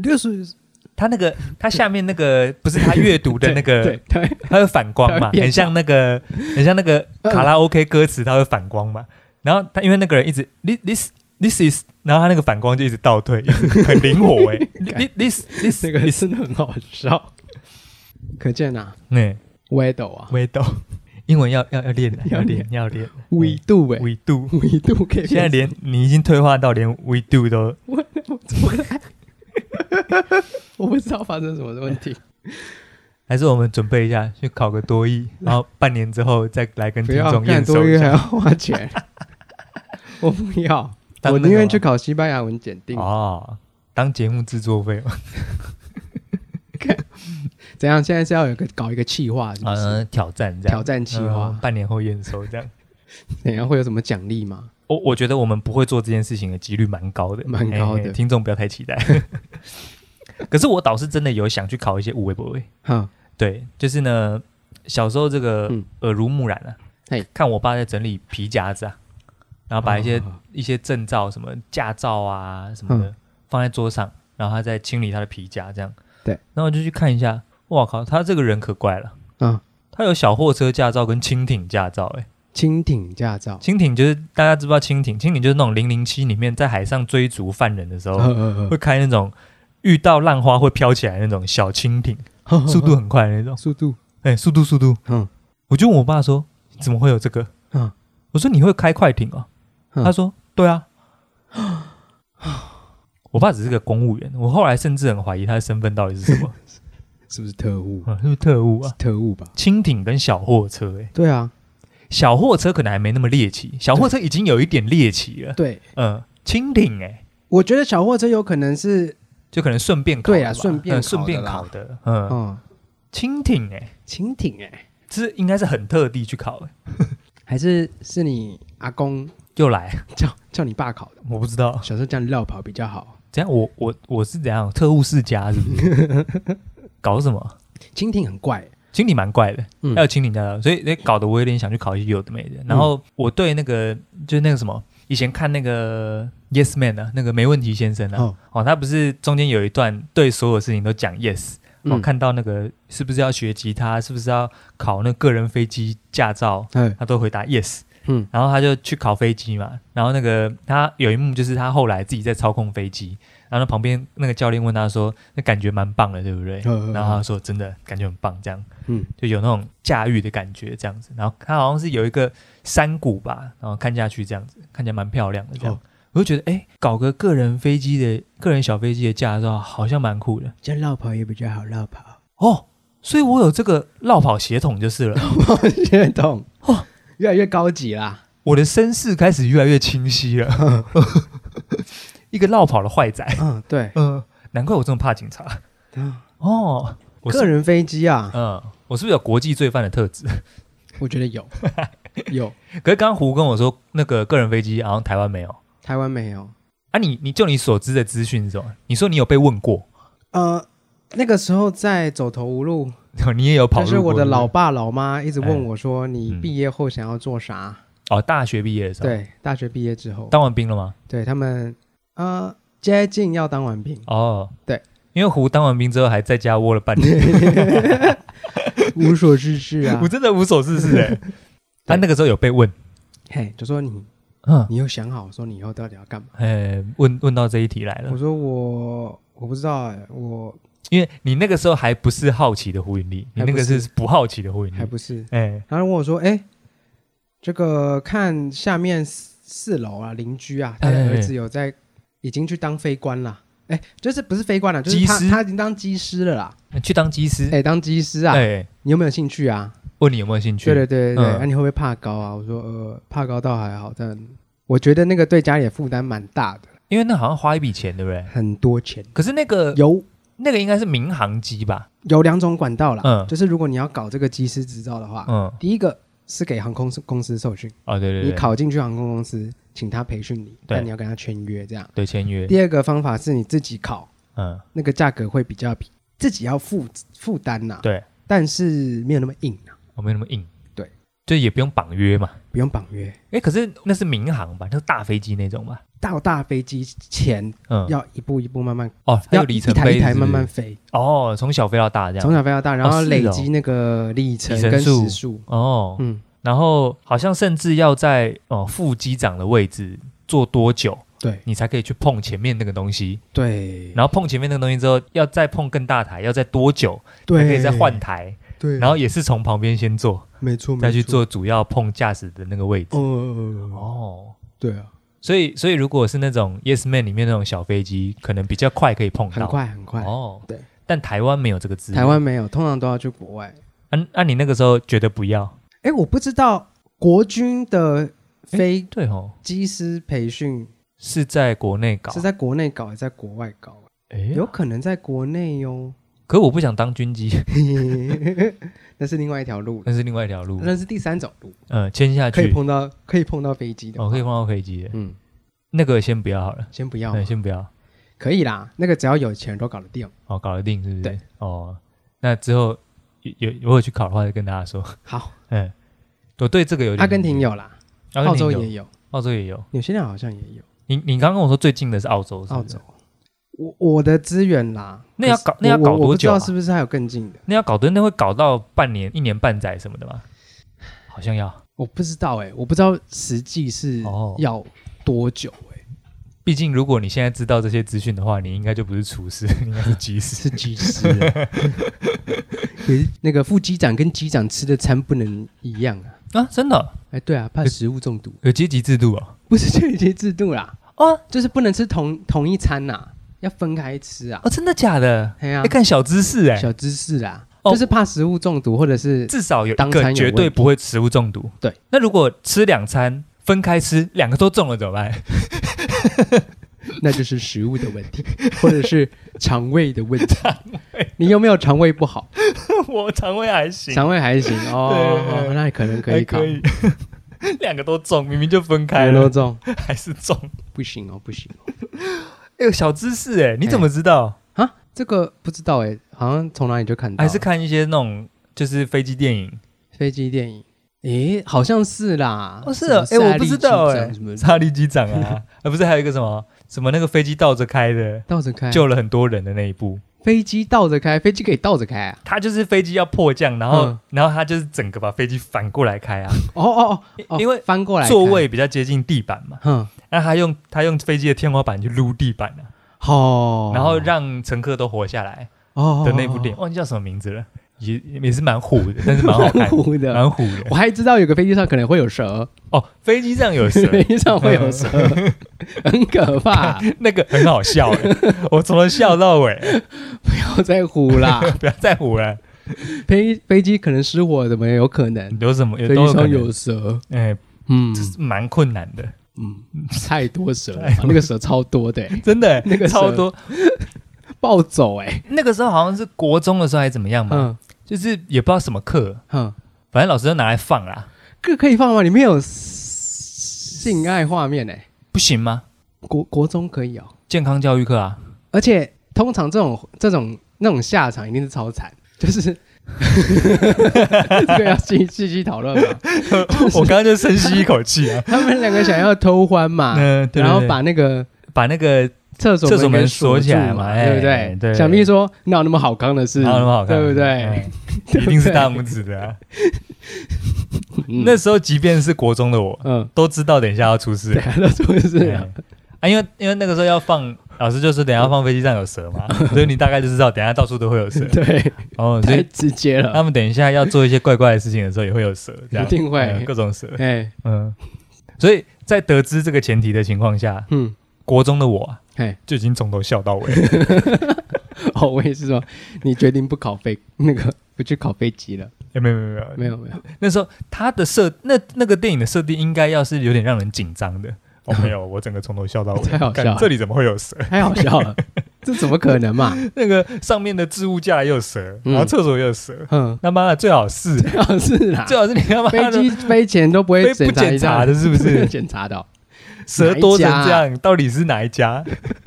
他下面那个不是他阅读的那个，它会反光嘛，很像那个卡拉 OK 歌词，它会反光嘛。然后他因为那个人一直 this is， 然后他那个反光就一直倒退，很灵活this 那个真的很好笑，可见啊，Weddle 啊 ，Weddle， 英文要练，We Do，We Do 可以。 现在连你已经退化到连 We Do 都， 我不知道发生什么问题。 还是我们准备一下去考个多益，然后半年之后再来跟听众验收一下。 多益还要花钱，我不要，我宁愿去考西班牙文检定。 当节目制作费吗？ 怎样？现在是要搞一个企划， 挑战这样， 挑战企划， 半年后验收这样。 怎样？会有什么奖励吗？ 我觉得我们不会做这件事情的几率蛮高的，听众不要太期待。可是我倒是真的有想去考一些有的没的。对，就是呢，小时候这个耳濡目染啊，看我爸在整理皮夹子啊，然后把一些证照什么驾照啊什么的放在桌上，然后他在清理他的皮夹这样。对，然后我就去看一下，哇靠，他这个人可怪了，他有小货车驾照跟轻艇驾照， 轻艇驾照， 轻艇就是大家知不知道轻艇？轻艇就是那种007里面在海上追逐犯人的时候会开那种遇到浪花会飘起来那种小轻艇。速度很快的那种，速度，我就问我爸说，怎么会有这个？我说你会开快艇啊？他说对啊。我爸只是个公务员，我后来甚至很怀疑他的身份到底是什么， 是不是特务？ 是不是特务啊？ 特务吧。 轻艇跟小货车， 对啊， 小货车可能还没那么猎奇，小货车已经有一点猎奇了。 对， 轻艇我觉得小货车有可能是。 就可能顺便考的吧， 对啊，顺便考的，轻艇轻艇这应该是很特地去考的， 还是你阿公又来叫你爸考的？ 我不知道， 小时候这样绕跑比较好。 怎样？我是怎样特务世家是不是？搞什么？ 轻艇很怪， 轻艇蛮怪的，还有轻艇驾照，所以搞得我有点想去考一些有的没的。然后我对那个就是那个什么。以前看那个 Yes Man 啊，那个没问题先生啊，他不是中间有一段对所有事情都讲 yes，看到那个是不是要学吉他，是不是要考那个人飞机驾照，他都回答 yes，然后他就去考飞机嘛，然后那个他有一幕就是他后来自己在操控飞机，然后旁边那个教练问他说，那感觉蛮棒的，对不对？然后他说真的感觉很棒，这样，就有那种驾驭的感觉这样子，然后他好像是有一个山谷吧，然后看下去这样子，看起来蛮漂亮的这样，我就觉得搞个个人小飞机的驾照好像蛮酷的， 这样绕跑也比较好绕跑所以我有这个绕跑血统就是了， 绕跑血统越来越高级啦， 我的身世开始越来越清晰了。一个落跑的坏仔。 对， 难怪我这么怕警察。哦， 个人飞机啊， 我是不是有国际罪犯的特质？ 我觉得有。 可是刚刚胡跟我说，那个个人飞机好像台湾没有。 台湾没有啊？你就你所知的资讯是什么？你说你有被问过？ 那个时候在走投无路， 你也有跑路过。 但是我的老爸老妈一直问我说：“你毕业后想要做啥？” 大学毕业的时候。 对，大学毕业之后当完兵了吗？ 对，他们接近要当完兵。对， 因为胡当完兵之后还在家窝了半年， 无所事事啊！ 我真的无所事事哎。他那个时候有被问， 就说你有想好说你以后到底要干嘛？ 问到这一题来了。 我说我不知道因为你那个时候还不是好奇的胡云丽，你那个是不好奇的胡云丽， 还不是。然后问我说，这个看下面4楼啊，邻居啊，他的儿子已经去当飞官了。就是不是飞官了，就是他已经当机师了啦。 去当机师？ 当机师啊。你有没有兴趣啊？ 问你有没有兴趣？ 对。你会不会怕高啊？我说怕高倒还好，但我觉得那个对家里的负担蛮大的， 因为那好像花一笔钱，对不对？ 很多钱。可是那个应该是民航机吧？ 有2种管道啦。就是如果你要搞这个机师执照的话，第一个是给航空公司受训。 对， 你考进去航空公司，请他培训你，但你要跟他签约，这样。 对，签约。 第二个方法是你自己考，那个价格会比较自己要负担呐。对，但是没有那么硬啊。 没有那么硬。 对， 就也不用绑约嘛。 不用绑约。 可是那是民航吧？就是大飞机那种吧？ 到大飞机前，要一步一步慢慢要里程碑， 一台慢慢飞。 从小飞到大这样。 从小飞到大，然后累积那个里程跟时速。 然后好像甚至要在副机长的位置坐多久，对，你才可以去碰前面那个东西。对，然后碰前面那个东西之后，要再碰更大台，要再多久，才可以再换台。对，然后也是从旁边先坐，没错，再去做主要碰驾驶的那个位置。对啊。所以如果是那种 Yes Man 里面那种小飞机，可能比较快可以碰到， 很快。对。但台湾没有这个资源。 台湾没有，通常都要去国外。 你那个时候觉得不要？ 我不知道国军的机师培训是在国内搞， 是在国内搞，还是在国外搞？有可能在国内哟。 可我不想当军机。 那是另外一条路， 那是第 3种路。 签下去可以碰到飞机的。 可以碰到飞机的。那个先不要好了， 先不要。 先不要。 可以啦，那个只要有钱都搞得定。 搞得定是不是？ 对。 那之后如果去考的话，就跟大家说。 好。 我对这个有点。 阿根廷有啦，澳洲也有， 纽西兰好像也有。 你刚刚跟我说最近的是澳洲， 澳洲。我的资源啦， 那要搞多久？ 我不知道是不是还有更近的？ 那要搞会搞到半年、1年半载什么的吗？好像要， 我不知道我不知道实际是要多久毕竟如果你现在知道这些资讯的话，你应该就不是厨师，应该是机师。 是机师。那个副机长跟机长吃的餐不能一样啊？真的？ 对啊，怕食物中毒。 有阶级制度啊？ 不是阶级制度啦，就是不能吃同一餐呐。要分开吃啊！ 真的假的？看小知识小知识啦，就是怕食物中毒，或者是至少有一个绝对不会食物中毒。 对， 那如果吃2餐分开吃，2个都中了怎么办？ 那就是食物的问题，或者是肠胃的问题。你有没有肠胃不好？ 我肠胃还行， 那可能可以考。 2个都中，明明就分开了， 都中还是中， 不行哦。 小知识你怎么知道啊？这个不知道好像从哪里就看到， 还是看一些那种就是飞机电影， 好像是啦。 是我不知道查理机长啊，不是还有一个什么那个飞机倒着开的，救了很多人的那一部。 飞机倒着开，飞机可以倒着开啊？ 他就是飞机要迫降，然后他就是整个把飞机反过来开啊。因为翻过来座位比较接近地板嘛。那他用飞机的天花板去撸地板然后让乘客都活下来的那部电影，忘记叫什么名字了。也是蛮虎的，但是蛮好看的，蛮虎的。 我还知道有个飞机上可能会有蛇飞机上有蛇， 飞机上会有蛇，很可怕。 那个很好笑我从头笑到尾。 不要再唬啦， 不要再唬了。 飞机可能失火，怎么有可能？ 有什么？ 飞机上有蛇？ 这是蛮困难的。 太多蛇了，那个蛇超多的， 真的，那个超多，暴走那个时候好像是国中的时候还是怎么样嘛，就是也不知道什么课，反正老师就拿来放啦。 这可以放吗？里面有性爱画面不行吗？ 国中可以哦， 健康教育课啊。 而且通常这种那种下场一定是超惨，就是这个要细细讨论吗？ 我刚刚就深吸一口气啊。 他们两个想要偷欢嘛，对，然后把那个厕所门锁起来嘛，对不对？对。想必说哪有那么好康的事，对不对？ 一定是大拇指的啊。那时候即便是国中的我，都知道等一下要出事， 都出事了啊！因为那个时候要放，老师就说等一下放飞机上有蛇嘛，所以你大概就知道等一下到处都会有蛇。 对，太直接了。 他们等一下要做一些怪怪的事情的时候，也会有蛇，这样一定会各种蛇。所以在得知这个前提的情况下，国中的我就已经从头笑到尾。 我也是说，你决定不去考飞机了？ 没有。那时候他的那个电影的设定应该要是有点让人紧张的。没有，我整个从头笑到尾， 太好笑了。 这里怎么会有蛇？ 太好笑了，这怎么可能嘛？ 那个上面的置物架也有蛇，然后厕所也有蛇。他妈的，最好是啦， 最好是你他妈飞机飞前都不会检查的，是不是？ 检查到蛇多成这样，到底是哪一家？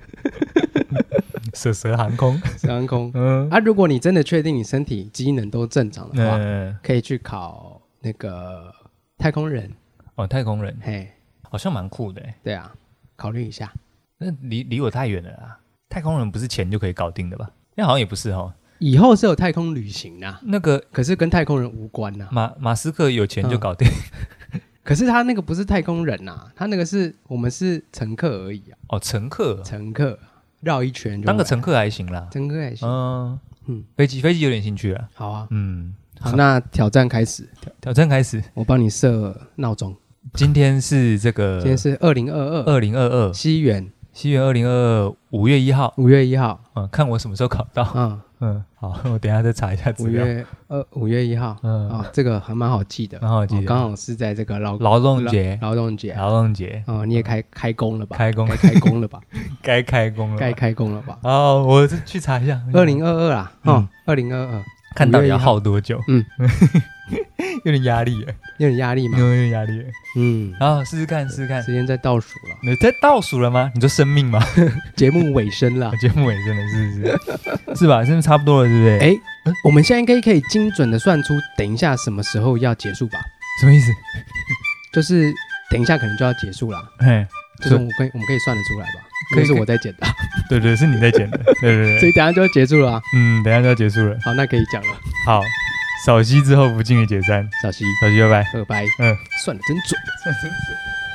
蛇航空， 如果你真的确定你身体机能都正常的话，可以去考那个太空人。 太空人，好像蛮酷的。 对啊，考虑一下。 那离我太远了啦。太空人不是钱就可以搞定的吧？那好像也不是以后是有太空旅行啊， 那个可是跟太空人无关啊。 马斯克有钱就搞定。 可是他那个不是太空人啊，他那个我们是乘客而已啊。 乘客绕一圈就当个乘客还行啦， 乘客还行。 飞机有点兴趣了。 好啊，好，那挑战开始，我帮你设闹钟。 今天是 2022，西元 2022 5月1号，看我什么时候考到。好，我等一下再查一下资料。 5月1号，这个还蛮好记的，刚好是在这个劳动节。你也开工了吧？该开工了吧？ 该开工了吧？ 好， 我去查一下。 2022啦，2022， 看到底要耗多久？有点压力， 有点压力嘛， 有点压力。然后试试看，时间在倒数了。 你在倒数了吗？你说生命吗？ 节目尾声了， 节目尾声了，是不是？是吧？是不是差不多了，对不对？ 我们现在应该可以精准的算出等一下什么时候要结束吧？ 什么意思？ 就是等一下可能就要结束了。就是我们可以算得出来吧？可是我在剪的。 对，是你在剪的。对。 所以等一下就要结束了啊。 等一下就要结束了。 好，那可以讲了。 好。扫息之后不敬礼解散， 扫息， 拜拜， 拜拜。算得真准。